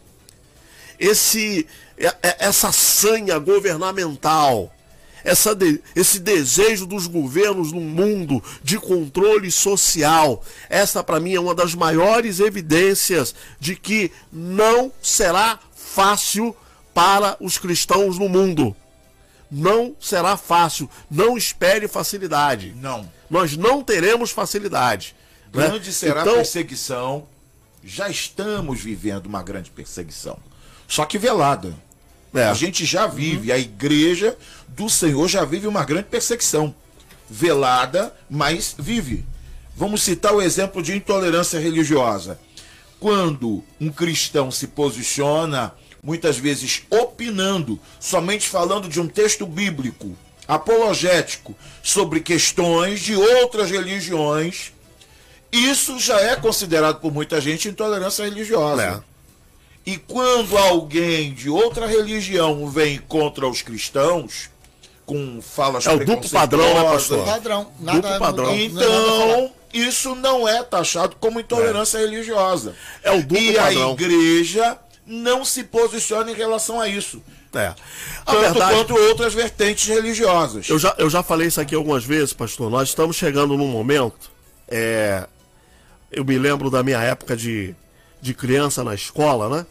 Esse, essa sanha governamental, essa de, esse desejo dos governos no mundo de controle social, essa para mim é uma das maiores evidências de que não será fácil para os cristãos no mundo. Não será fácil. Não espere facilidade. Não. Nós não teremos facilidade. Grande né? será então, a perseguição. Já estamos vivendo uma grande perseguição. Só que velada. É. A gente já vive, a igreja do Senhor já vive uma grande perseguição. Velada, mas vive. Vamos citar o exemplo de intolerância religiosa. Quando um cristão se posiciona, muitas vezes opinando, somente falando de um texto bíblico, apologético, sobre questões de outras religiões, isso já é considerado por muita gente intolerância religiosa. É. E quando alguém de outra religião vem contra os cristãos, com falas é o duplo padrão, né, pastor? Padrão, nada duplo padrão. Então, isso não é taxado como intolerância é. religiosa. É o duplo e padrão. A igreja não se posiciona em relação a isso. É. A Tanto verdade, quanto outras vertentes religiosas. Eu já, eu já falei isso aqui algumas vezes, pastor. Nós estamos chegando num momento. É, eu me lembro da minha época de, de criança na escola, né?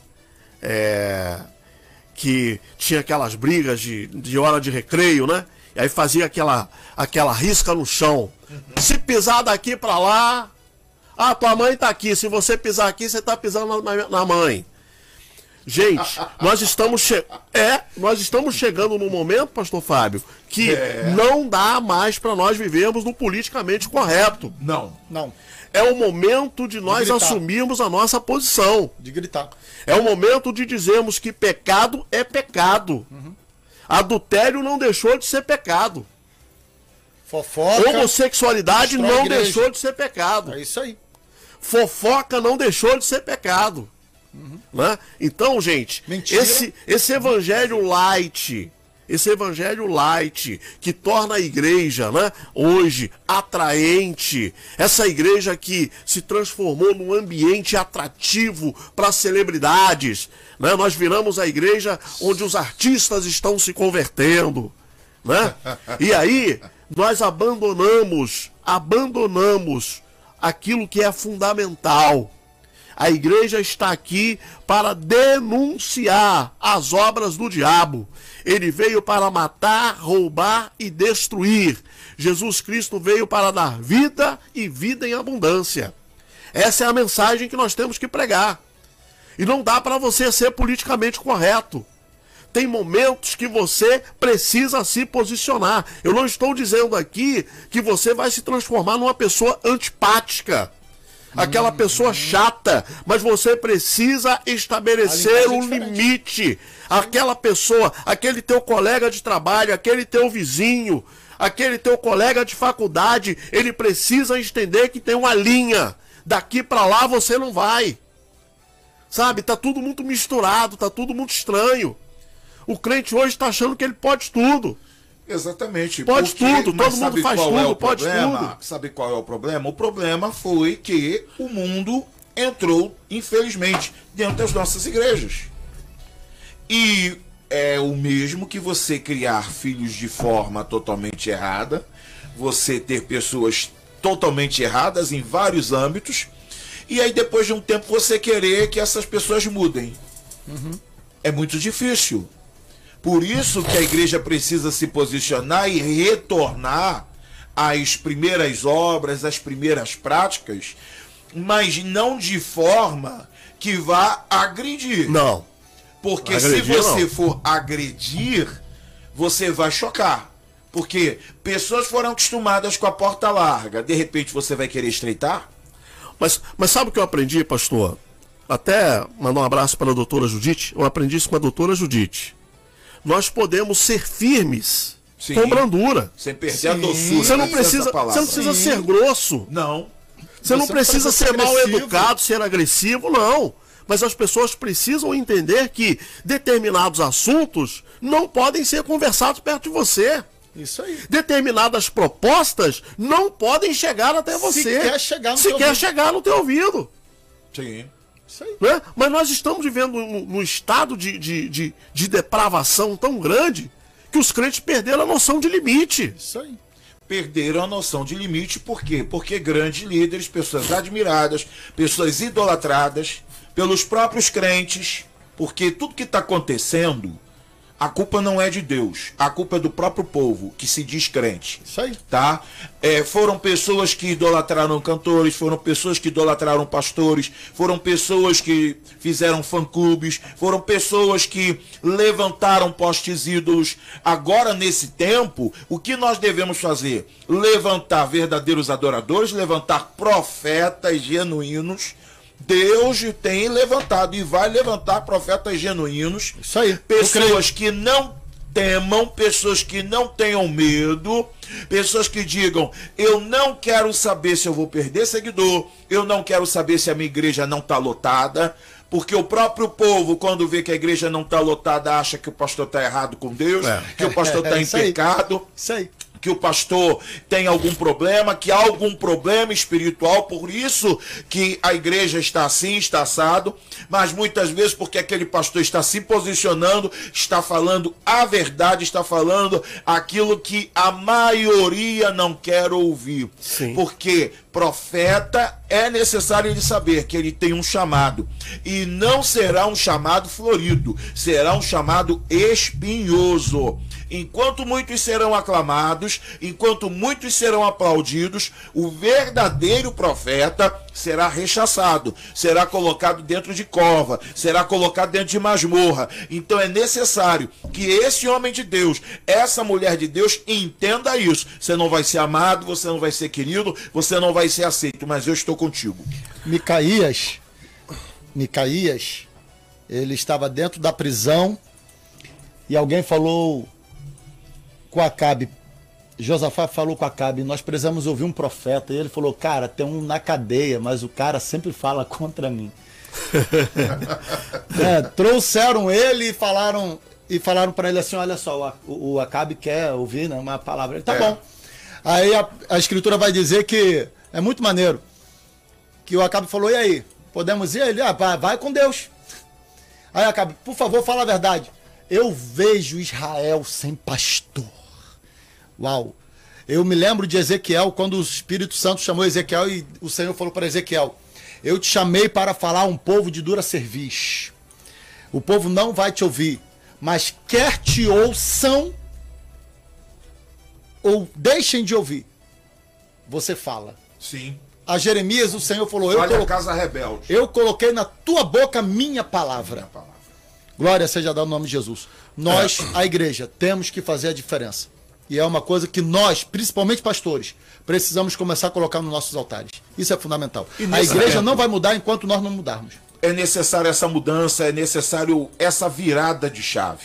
É, que tinha aquelas brigas de, de hora de recreio, né? E aí fazia aquela, aquela risca no chão. Uhum. Se pisar daqui pra lá, ah, tua mãe tá aqui. Se você pisar aqui, você tá pisando na, na mãe. Gente, nós estamos, che é, nós estamos chegando num momento, pastor Fábio, que é. não dá mais para nós vivermos no politicamente correto. Não. Não. É o momento de nós de assumirmos a nossa posição. De gritar. É o momento de dizermos que pecado é pecado. Uhum. Adultério não deixou de ser pecado. Fofoca. Homossexualidade não deixou de ser pecado. É isso aí. Fofoca não deixou de ser pecado. Uhum. Né? Então, gente, esse, esse evangelho light, esse evangelho light, que torna a igreja, né, hoje atraente, essa igreja que se transformou num ambiente atrativo para celebridades, né? Nós viramos a igreja onde os artistas estão se convertendo, né? E aí nós abandonamos, abandonamos aquilo que é fundamental. A igreja está aqui para denunciar as obras do diabo. Ele veio para matar, roubar e destruir. Jesus Cristo veio para dar vida e vida em abundância. Essa é a mensagem que nós temos que pregar. E não dá para você ser politicamente correto. Tem momentos que você precisa se posicionar. Eu não estou dizendo aqui que você vai se transformar numa pessoa antipática. Aquela pessoa chata, mas você precisa estabelecer um limite. Aquela pessoa, aquele teu colega de trabalho, aquele teu vizinho, aquele teu colega de faculdade, ele precisa entender que tem uma linha. Daqui para lá você não vai. Sabe, tá tudo muito misturado, tá tudo muito estranho. O crente hoje está achando que ele pode tudo. Exatamente. Pode porque, tudo, todo mundo faz tudo, é pode problema? tudo. Sabe qual é o problema? O problema foi que o mundo entrou, infelizmente, dentro das nossas igrejas. E é o mesmo que você criar filhos de forma totalmente errada, você ter pessoas totalmente erradas em vários âmbitos, e aí depois de um tempo você querer que essas pessoas mudem. Uhum. É muito difícil. Por isso que a igreja precisa se posicionar e retornar às primeiras obras, às primeiras práticas, mas não de forma que vá agredir. Não. Porque agredir, se você não. for agredir, você vai chocar. Porque pessoas foram acostumadas com a porta larga. De repente você vai querer estreitar? Mas, mas sabe o que eu aprendi, pastor? Até mandar um abraço para a doutora Judite. Eu aprendi isso com a doutora Judite. Nós podemos ser firmes, sim, com brandura. Sem perder, sim, a doçura. Você não precisa, você não precisa ser grosso. Não. Você, você não precisa ser mal educado, ser agressivo, não. Mas as pessoas precisam entender que determinados assuntos não podem ser conversados perto de você. Isso aí. Determinadas propostas não podem chegar até você. Se quer chegar no Se teu quer ouvido. chegar no teu ouvido. Sim. Isso aí. Né? Mas nós estamos vivendo num, num estado de, de, de, de depravação tão grande que os crentes perderam a noção de limite. Isso aí. Perderam a noção de limite, por quê? Porque grandes líderes, pessoas admiradas, pessoas idolatradas pelos próprios crentes, porque tudo que está acontecendo, a culpa não é de Deus, a culpa é do próprio povo que se diz crente. Isso aí. Tá? É, foram pessoas que idolatraram cantores, foram pessoas que idolatraram pastores, foram pessoas que fizeram fã-clubes, foram pessoas que levantaram postes ídolos. Agora, nesse tempo, o que nós devemos fazer? Levantar verdadeiros adoradores, levantar profetas genuínos. Deus tem levantado e vai levantar profetas genuínos. Isso aí. Pessoas que não temam, pessoas que não tenham medo, pessoas que digam: eu não quero saber se eu vou perder seguidor, eu não quero saber se a minha igreja não está lotada, porque o próprio povo, quando vê que a igreja não está lotada, acha que o pastor está errado com Deus, é. que o pastor está é, em isso aí. pecado. Isso aí. Que o pastor tem algum problema, que há algum problema espiritual, por isso que a igreja está assim, está assado, mas muitas vezes porque aquele pastor está se posicionando, está falando a verdade, está falando aquilo que a maioria não quer ouvir. Sim. Porque profeta é necessário ele saber que ele tem um chamado, e não será um chamado florido, será um chamado espinhoso. Enquanto muitos serão aclamados, enquanto muitos serão aplaudidos, o verdadeiro profeta será rechaçado, será colocado dentro de cova, será colocado dentro de masmorra. Então é necessário que esse homem de Deus, essa mulher de Deus, entenda isso. Você não vai ser amado, você não vai ser querido, você não vai ser aceito, mas eu estou contigo. Micaías, Micaías, ele estava dentro da prisão e alguém falou com Acabe, Josafá falou com Acabe: nós precisamos ouvir um profeta. E ele falou: cara, tem um na cadeia, mas o cara sempre fala contra mim. é, trouxeram ele e falaram: e falaram para ele assim, olha só, o, o Acabe quer ouvir, né, uma palavra. Ele, tá É. bom. Aí a, a escritura vai dizer que é muito maneiro. Que o Acabe falou, e aí, podemos ir? Ele, ah, vai, vai com Deus. Aí Acabe, por favor, fala a verdade. Eu vejo Israel sem pastor. Uau. Eu me lembro de Ezequiel, quando o Espírito Santo chamou Ezequiel e o Senhor falou para Ezequiel, eu te chamei para falar a um povo de dura cerviz. O povo não vai te ouvir, mas quer te ouçam ou deixem de ouvir, você fala. Sim. A Jeremias o Senhor falou, eu, Olha a colo... casa rebelde. eu coloquei na tua boca minha palavra. Minha palavra. Glória seja dado no nome de Jesus. Nós, a igreja, temos que fazer a diferença. E é uma coisa que nós, principalmente pastores, precisamos começar a colocar nos nossos altares. Isso é fundamental. E A nesse igreja tempo- não vai mudar enquanto nós não mudarmos. É necessário essa mudança, é necessário essa virada de chave.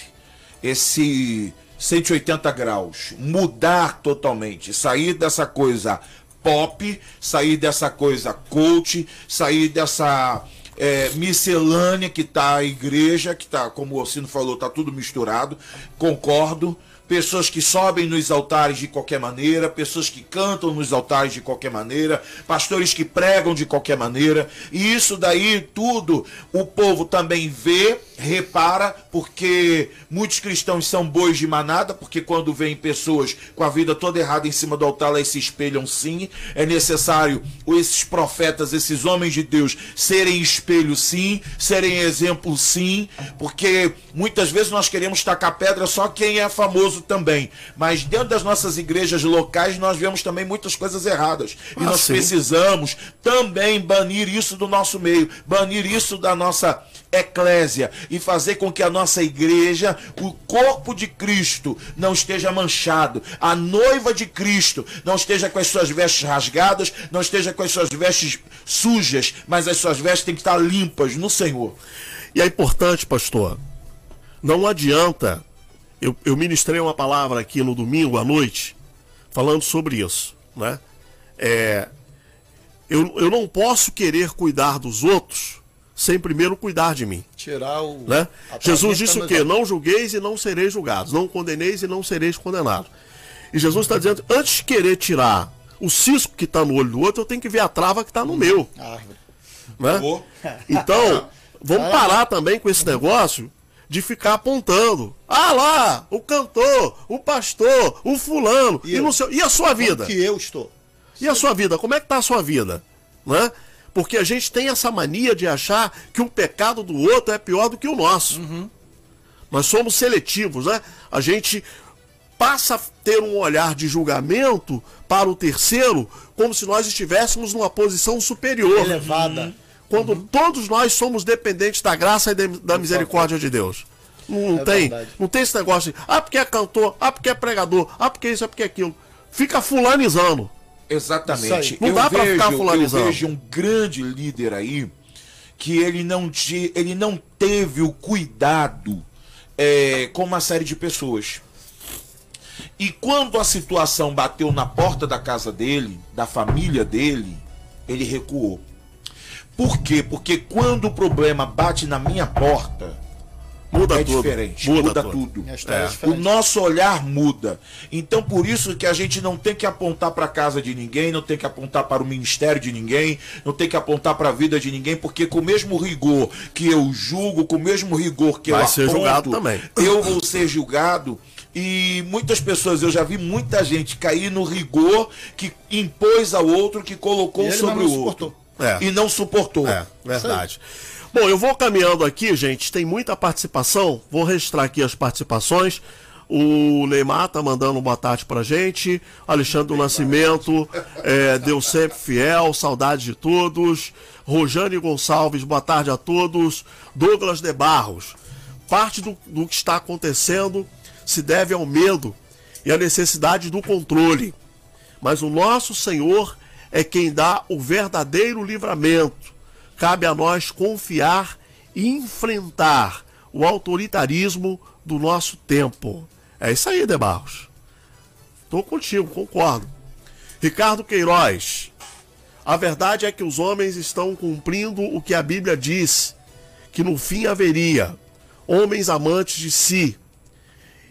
Esse cento e oitenta graus. Mudar totalmente. Sair dessa coisa pop, sair dessa coisa coach, sair dessa é, miscelânea que tá a igreja, que tá, como o Orsino falou, tá tudo misturado. Concordo. Pessoas que sobem nos altares de qualquer maneira, pessoas que cantam nos altares de qualquer maneira, pastores que pregam de qualquer maneira, e isso daí tudo o povo também vê, repara, porque muitos cristãos são bois de manada, porque quando vêm pessoas com a vida toda errada em cima do altar, elas se espelham sim. É necessário esses profetas, esses homens de Deus serem espelho sim, serem exemplo sim, porque muitas vezes nós queremos tacar pedra só quem é famoso também, mas dentro das nossas igrejas locais nós vemos também muitas coisas erradas, e Ah, nós sim. precisamos também banir isso do nosso meio, banir isso da nossa eclésia e fazer com que a nossa igreja, o corpo de Cristo, não esteja manchado, a noiva de Cristo não esteja com as suas vestes rasgadas, não esteja com as suas vestes sujas, mas as suas vestes têm que estar limpas no Senhor. E é importante, pastor, não adianta, eu, eu ministrei uma palavra aqui no domingo à noite, falando sobre isso, né? É, eu, eu não posso querer cuidar dos outros sem primeiro cuidar de mim, Tirar o... né? a Jesus ferramenta disse o nos quê? olhos. Não julgueis e não sereis julgados, não condeneis e não sereis condenados. E Jesus está dizendo, antes de querer tirar o cisco que está no olho do outro, eu tenho que ver a trava que está no meu, Árvore. né? Boa. Então, vamos parar também com esse negócio de ficar apontando. Ah lá, o cantor, o pastor, o fulano. E E, eu? no seu... e a sua vida? Que eu estou. E a sua vida? Como é que tá a sua vida? Né? Porque a gente tem essa mania de achar que o pecado do outro é pior do que o nosso. Nós somos seletivos, né? A gente passa a ter um olhar de julgamento para o terceiro como se nós estivéssemos numa posição superior. Elevada. Quando todos nós somos dependentes da graça e de- da misericórdia de Deus. Não, É tem, verdade. não tem esse negócio de, ah, porque é cantor, ah, porque é pregador, ah, porque isso, ah, porque é aquilo. Fica fulanizando. Isso Exatamente. aí. Não eu dá pra vejo, ficar eu fulanizando. vejo um grande líder aí que ele não, te, ele não teve o cuidado é, com uma série de pessoas. E quando a situação bateu na porta da casa dele, da família dele, ele recuou. Por quê? Porque quando o problema bate na minha porta, Muda é tudo. diferente, Muda muda, tudo. tudo. Minha história é O diferente. nosso olhar muda. Então, por isso que a gente não tem que apontar para a casa de ninguém, não tem que apontar para o ministério de ninguém, não tem que apontar para a vida de ninguém, porque com o mesmo rigor que eu julgo, com o mesmo rigor que Vai eu ser aponto, julgado também. eu vou ser julgado. E muitas pessoas, eu já vi muita gente cair no rigor que impôs ao outro, que colocou E ele sobre não o outro. suportou. É. E não suportou. É, verdade. Bom, eu vou caminhando aqui, gente. Tem muita participação. Vou registrar aqui as participações. O Neymar tá mandando um boa tarde pra gente. Alexandre do Nascimento, é, Deus sempre fiel, saudade de todos. Rojane Gonçalves, boa tarde a todos. Douglas de Barros, parte do, do que está acontecendo se deve ao medo e à necessidade do controle. Mas o nosso Senhor é quem dá o verdadeiro livramento. Cabe a nós confiar e enfrentar o autoritarismo do nosso tempo. É isso aí, De Barros. Estou contigo, concordo. Ricardo Queiroz. A verdade é que os homens estão cumprindo o que a Bíblia diz, que no fim haveria homens amantes de si,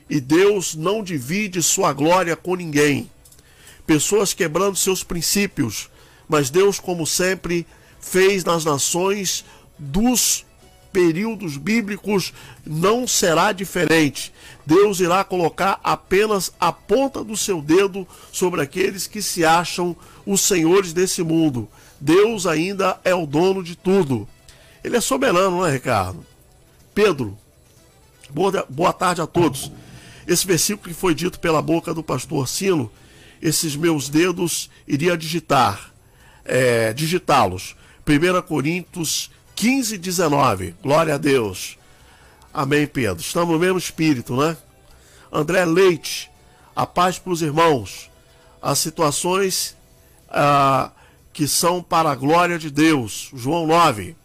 e Deus não divide sua glória com ninguém. Pessoas quebrando seus princípios, mas Deus, como sempre, fez nas nações dos períodos bíblicos, não será diferente. Deus irá colocar apenas a ponta do seu dedo sobre aqueles que se acham os senhores desse mundo. Deus ainda é o dono de tudo. Ele é soberano, não é, Ricardo? Pedro, boa, boa tarde a todos. Esse versículo que foi dito pela boca do pastor Sino, esses meus dedos iria digitar, é, digitá-los. primeira Coríntios quinze, dezenove. Glória a Deus. Amém, Pedro. Estamos no mesmo espírito, né? André Leite, a paz para os irmãos. As situações ah, que são para a glória de Deus. João nove.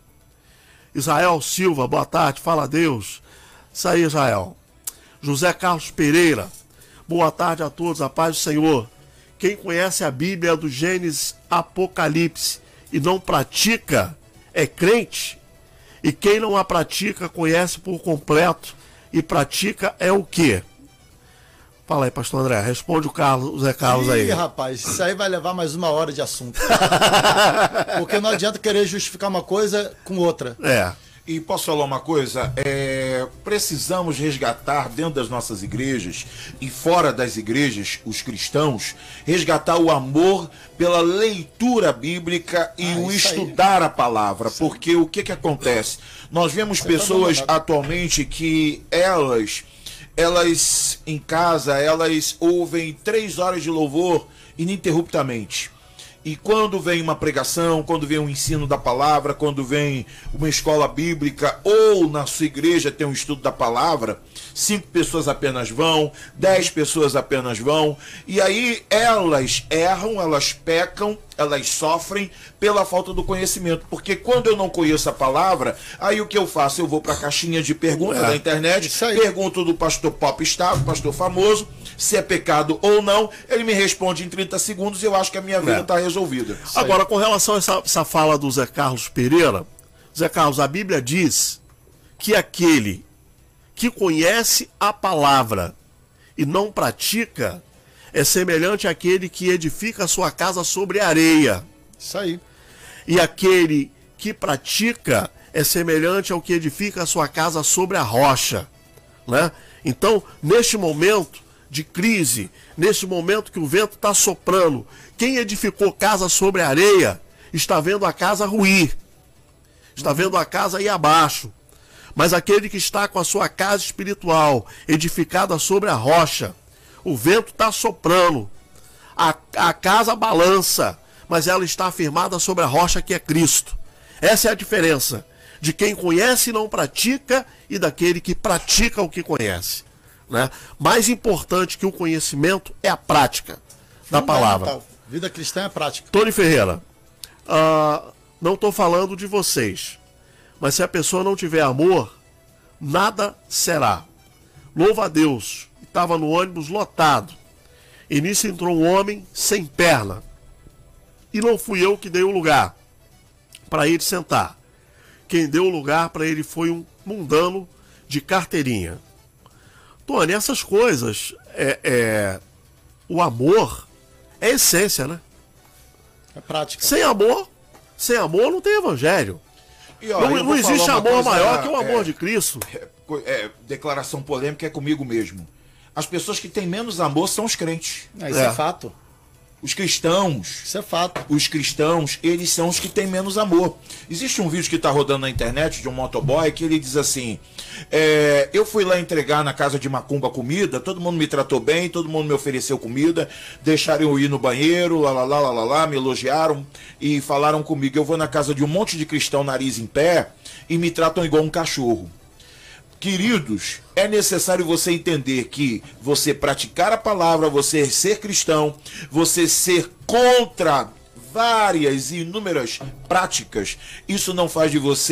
Israel Silva, boa tarde, fala a Deus. Isso aí, Israel. José Carlos Pereira, boa tarde a todos, a paz do Senhor. Quem conhece a Bíblia do Gênesis Apocalipse e não pratica, é crente, e quem não a pratica conhece por completo e pratica é o quê? Fala aí, pastor André, responde o, Carlos, o Zé Carlos aí. Ih, rapaz, isso aí vai levar mais uma hora de assunto. Porque não adianta querer justificar uma coisa com outra. É. E posso falar uma coisa? É, precisamos resgatar dentro das nossas igrejas e fora das igrejas, os cristãos, resgatar o amor pela leitura bíblica e ah, o estudar aí. a palavra. Isso porque aí. o que, que acontece? Nós vemos Você pessoas tá atualmente que elas, elas em casa, elas ouvem três horas de louvor ininterruptamente. E quando vem uma pregação, quando vem um ensino da palavra, quando vem uma escola bíblica ou na sua igreja tem um estudo da palavra, cinco pessoas apenas vão, dez pessoas apenas vão, e aí elas erram, elas pecam, elas sofrem pela falta do conhecimento. Porque quando eu não conheço a palavra, aí o que eu faço? Eu vou para a caixinha de perguntas é, da internet, pergunto do pastor Popstar, do pastor famoso, se é pecado ou não, ele me responde em trinta segundos e eu acho que a minha vida está é. resolvida. Agora, com relação a essa, essa fala do Zé Carlos Pereira, Zé Carlos, a Bíblia diz que aquele que conhece a palavra e não pratica é semelhante àquele que edifica a sua casa sobre areia. Isso aí. E aquele que pratica é semelhante ao que edifica a sua casa sobre a rocha, né? Então, neste momento de crise, nesse momento que o vento está soprando, quem edificou casa sobre areia está vendo a casa ruir, está vendo a casa ir abaixo. Mas aquele que está com a sua casa espiritual edificada sobre a rocha, o vento está soprando, a, a casa balança, mas ela está firmada sobre a rocha que é Cristo. Essa é a diferença de quem conhece e não pratica e daquele que pratica o que conhece, né? Mais importante que o conhecimento é a prática da palavra. Vida cristã é prática. Tony Ferreira, uh, não estou falando de vocês, mas se a pessoa não tiver amor, nada será. Louva a Deus. Estava no ônibus lotado. E nisso entrou um homem sem perna. E não fui eu que dei o lugar para ele sentar. Quem deu o lugar para ele foi um mundano de carteirinha. Tony, essas coisas, é, é, o amor é essência, né? É prática. Sem amor, sem amor não tem evangelho. E, ó, não não existe amor coisa, maior que o amor é, de Cristo. É, é, declaração polêmica é comigo mesmo. As pessoas que têm menos amor são os crentes. É, isso é, é fato. Os cristãos, isso é fato. Os cristãos, eles são os que têm menos amor. Existe um vídeo que está rodando na internet de um motoboy que ele diz assim: é, eu fui lá entregar na casa de macumba comida, todo mundo me tratou bem, todo mundo me ofereceu comida, deixaram eu ir no banheiro, lá, lá, lá, lá, lá, lá, me elogiaram e falaram comigo. Eu vou na casa de um monte de cristão nariz em pé e me tratam igual um cachorro. Queridos, é necessário você entender que você praticar a palavra, você ser cristão, você ser contra várias e inúmeras práticas, isso não faz de você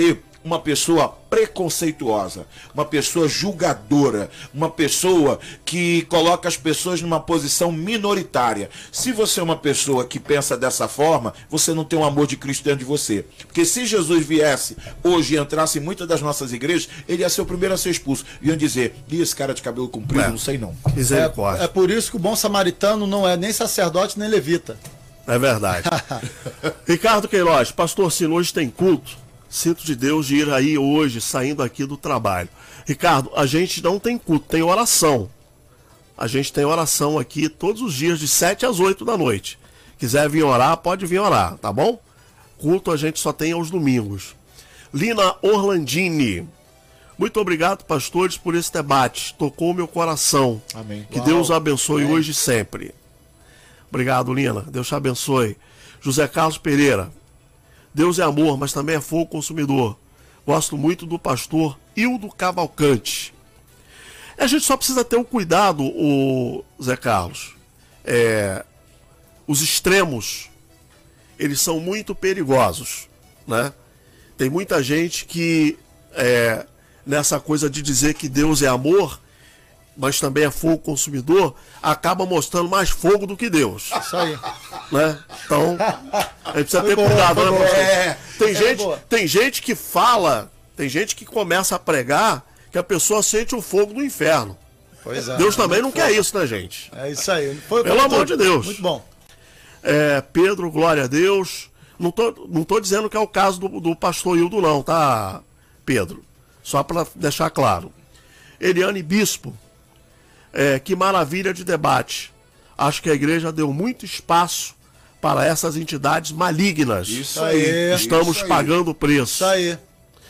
uma pessoa preconceituosa, uma pessoa julgadora, uma pessoa que coloca as pessoas numa posição minoritária. Se você é uma pessoa que pensa dessa forma, você não tem o amor de Cristo dentro de você. Porque se Jesus viesse hoje e entrasse em muitas das nossas igrejas, ele ia ser o primeiro a ser expulso. Iam dizer, e esse cara de cabelo comprido, É. não sei não. Misericórdia. É, é por isso que o bom samaritano não é nem sacerdote nem levita. É verdade. Ricardo Queiroz, pastor Sino, hoje tem culto. Sinto de Deus de ir aí hoje, saindo aqui do trabalho. Ricardo, a gente não tem culto, tem oração. A gente tem oração aqui todos os dias, de sete às oito da noite. Quiser vir orar, pode vir orar, tá bom? Culto a gente só tem aos domingos. Lina Orlandini. Muito obrigado, pastores, por esse debate. Tocou meu coração. Amém. Que Uau. Deus o abençoe Amém. hoje e sempre. Obrigado, Lina. Deus te abençoe. José Carlos Pereira. Deus é amor, mas também é fogo consumidor. Gosto muito do pastor Hildo Cavalcante. A gente só precisa ter um cuidado, o Zé Carlos. É, os extremos, eles são muito perigosos, né? Tem muita gente que, é, nessa coisa de dizer que Deus é amor, mas também é fogo consumidor, acaba mostrando mais fogo do que Deus. Isso aí. Né? Então, a gente precisa Foi ter boa, cuidado, foi né, boa. pastor? É, tem, é gente, boa. tem gente que fala, tem gente que começa a pregar que a pessoa sente o fogo do inferno. Pois é. Deus também não quer isso, né, gente? É isso aí. Foi, Pelo foi amor tudo. de Deus. Muito bom. É, Pedro, glória a Deus. Não tô, não tô dizendo que é o caso do, do pastor Hildo, não, tá, Pedro? Só para deixar claro. Eliane Bispo. É, que maravilha de debate. Acho que a igreja deu muito espaço para essas entidades malignas. Isso aí. Estamos isso aí. pagando o preço. Isso aí.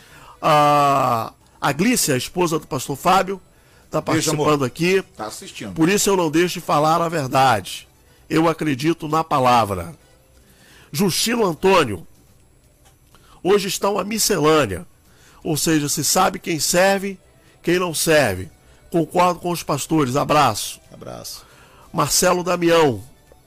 A, a Glícia, a esposa do pastor Fábio, está Beijo, participando amor. aqui. Tá assistindo. Por isso eu não deixo de falar a verdade. Eu acredito na palavra. Justino Antônio. Hoje está uma miscelânea. Ou seja, se sabe quem serve, quem não serve. Concordo com os pastores. Abraço. Abraço. Marcelo Damião.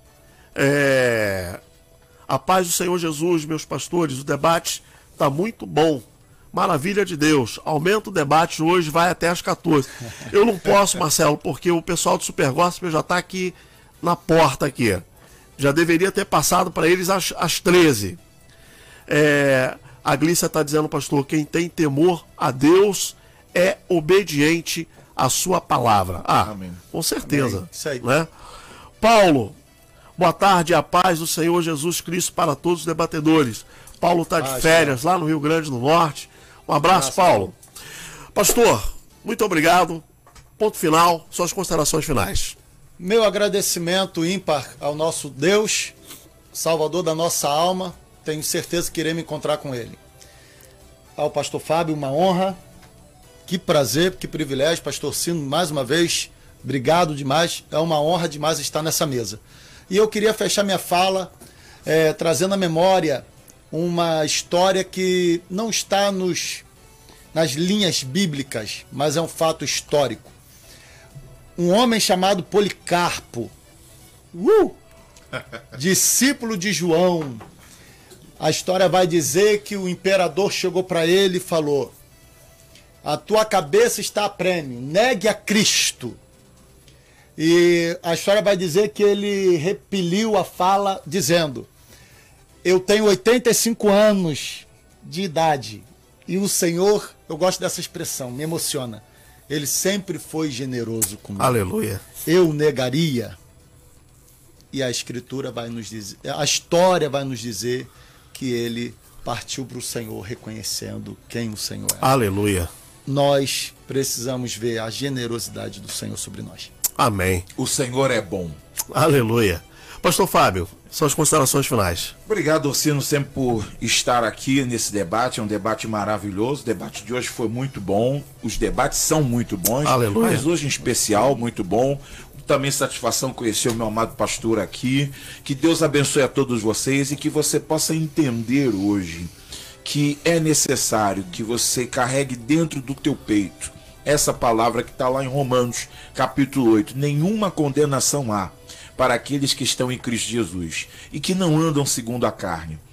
É... A paz do Senhor Jesus, meus pastores. O debate está muito bom. Maravilha de Deus. Aumenta o debate hoje, vai até às quatorze. Eu não posso, Marcelo, porque o pessoal do Super Gospel já está aqui na porta aqui. Já deveria ter passado para eles às, às treze. É... A Glícia está dizendo, pastor, quem tem temor a Deus é obediente à sua palavra. Ah, Amém. com certeza. Amém. Isso aí. Né? Paulo, boa tarde, a paz do Senhor Jesus Cristo para todos os debatedores. Paulo está de Paz, férias lá no Rio Grande do Norte. Um abraço, Paulo. Pastor, muito obrigado. Ponto final, suas considerações finais. Meu agradecimento ímpar ao nosso Deus, Salvador da nossa alma. Tenho certeza que irei me encontrar com Ele. Ao pastor Fábio, uma honra. Que prazer, que privilégio. Pastor Sino, mais uma vez, obrigado demais. É uma honra demais estar nessa mesa. E eu queria fechar minha fala é, trazendo à memória uma história que não está nos, nas linhas bíblicas, mas é um fato histórico. Um homem chamado Policarpo, uh, discípulo de João. A história vai dizer que o imperador chegou para ele e falou: a tua cabeça está a prêmio, negue a Cristo. E a história vai dizer que ele repeliu a fala dizendo: eu tenho oitenta e cinco anos de idade e o Senhor, eu gosto dessa expressão, me emociona, ele sempre foi generoso comigo. Aleluia. Eu negaria. E a escritura vai nos dizer, a história vai nos dizer que ele partiu para o Senhor reconhecendo quem o Senhor é. Aleluia. Nós precisamos ver a generosidade do Senhor sobre nós. Amém. O Senhor é bom. Aleluia. Pastor Fábio, suas considerações finais. Obrigado, Orsino, sempre por estar aqui nesse debate. É um debate maravilhoso. O debate de hoje foi muito bom. Os debates são muito bons. Aleluia. Mas hoje em especial, muito bom. Também satisfação conhecer o meu amado pastor aqui. Que Deus abençoe a todos vocês e que você possa entender hoje que é necessário que você carregue dentro do teu peito essa palavra que está lá em Romanos, capítulo oito. Nenhuma condenação há para aqueles que estão em Cristo Jesus e que não andam segundo a carne.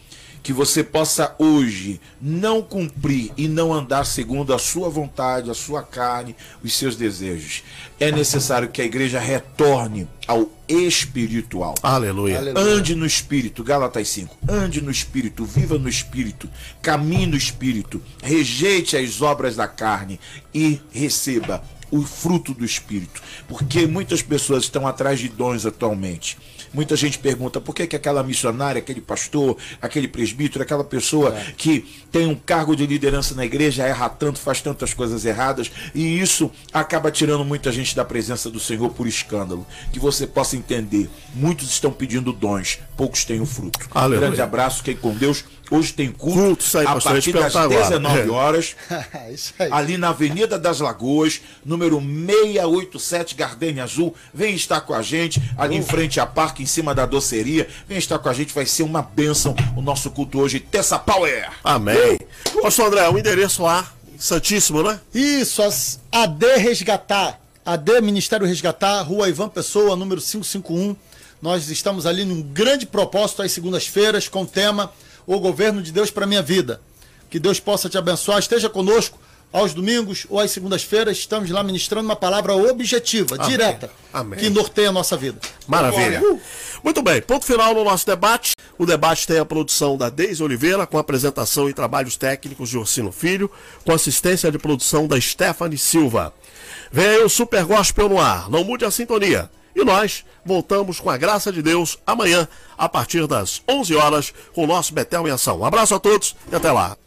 que você possa hoje não cumprir e não andar segundo a sua vontade, a sua carne, os seus desejos. É necessário que a igreja retorne ao espiritual. Aleluia. Ande no espírito, Gálatas cinco. Ande no espírito, viva no espírito, caminhe no espírito, rejeite as obras da carne e receba o fruto do espírito. Porque muitas pessoas estão atrás de dons atualmente. Muita gente pergunta por que, que aquela missionária, aquele pastor, aquele presbítero, aquela pessoa é. que tem um cargo de liderança na igreja erra tanto, faz tantas coisas erradas, e isso acaba tirando muita gente da presença do Senhor por escândalo. Que você possa entender, muitos estão pedindo dons, poucos têm o fruto. Aleluia. Grande abraço, fiquem com Deus. Hoje tem culto, culto isso aí, a pastor, partir das dezenove horas, Isso aí. ali na Avenida das Lagoas, número seiscentos e oitenta e sete, Gardenia Azul. Vem estar com a gente, ali em frente à parque, em cima da doceria. Vem estar com a gente, vai ser uma bênção o nosso culto hoje. Terça Power! Amém. Pastor André, o endereço lá, Santíssimo, né? Isso, as A D Resgatar, A D Ministério Resgatar, Rua Ivan Pessoa, número quinhentos e cinquenta e um. Nós estamos ali num grande propósito às segundas-feiras com o tema O Governo de Deus para a Minha Vida. Que Deus possa te abençoar, esteja conosco aos domingos ou às segundas-feiras. Estamos lá ministrando uma palavra objetiva, Amém. direta, Amém. que norteia a nossa vida. Maravilha. Uh! Muito bem, ponto final no nosso debate. O debate tem a produção da Deise Oliveira, com apresentação e trabalhos técnicos de Orsino Filho, com assistência de produção da Stephanie Silva. Vem aí o Super Gospel no ar, não mude a sintonia. E nós voltamos com a graça de Deus amanhã, a partir das onze horas, com o nosso Betel em Ação. Um abraço a todos e até lá.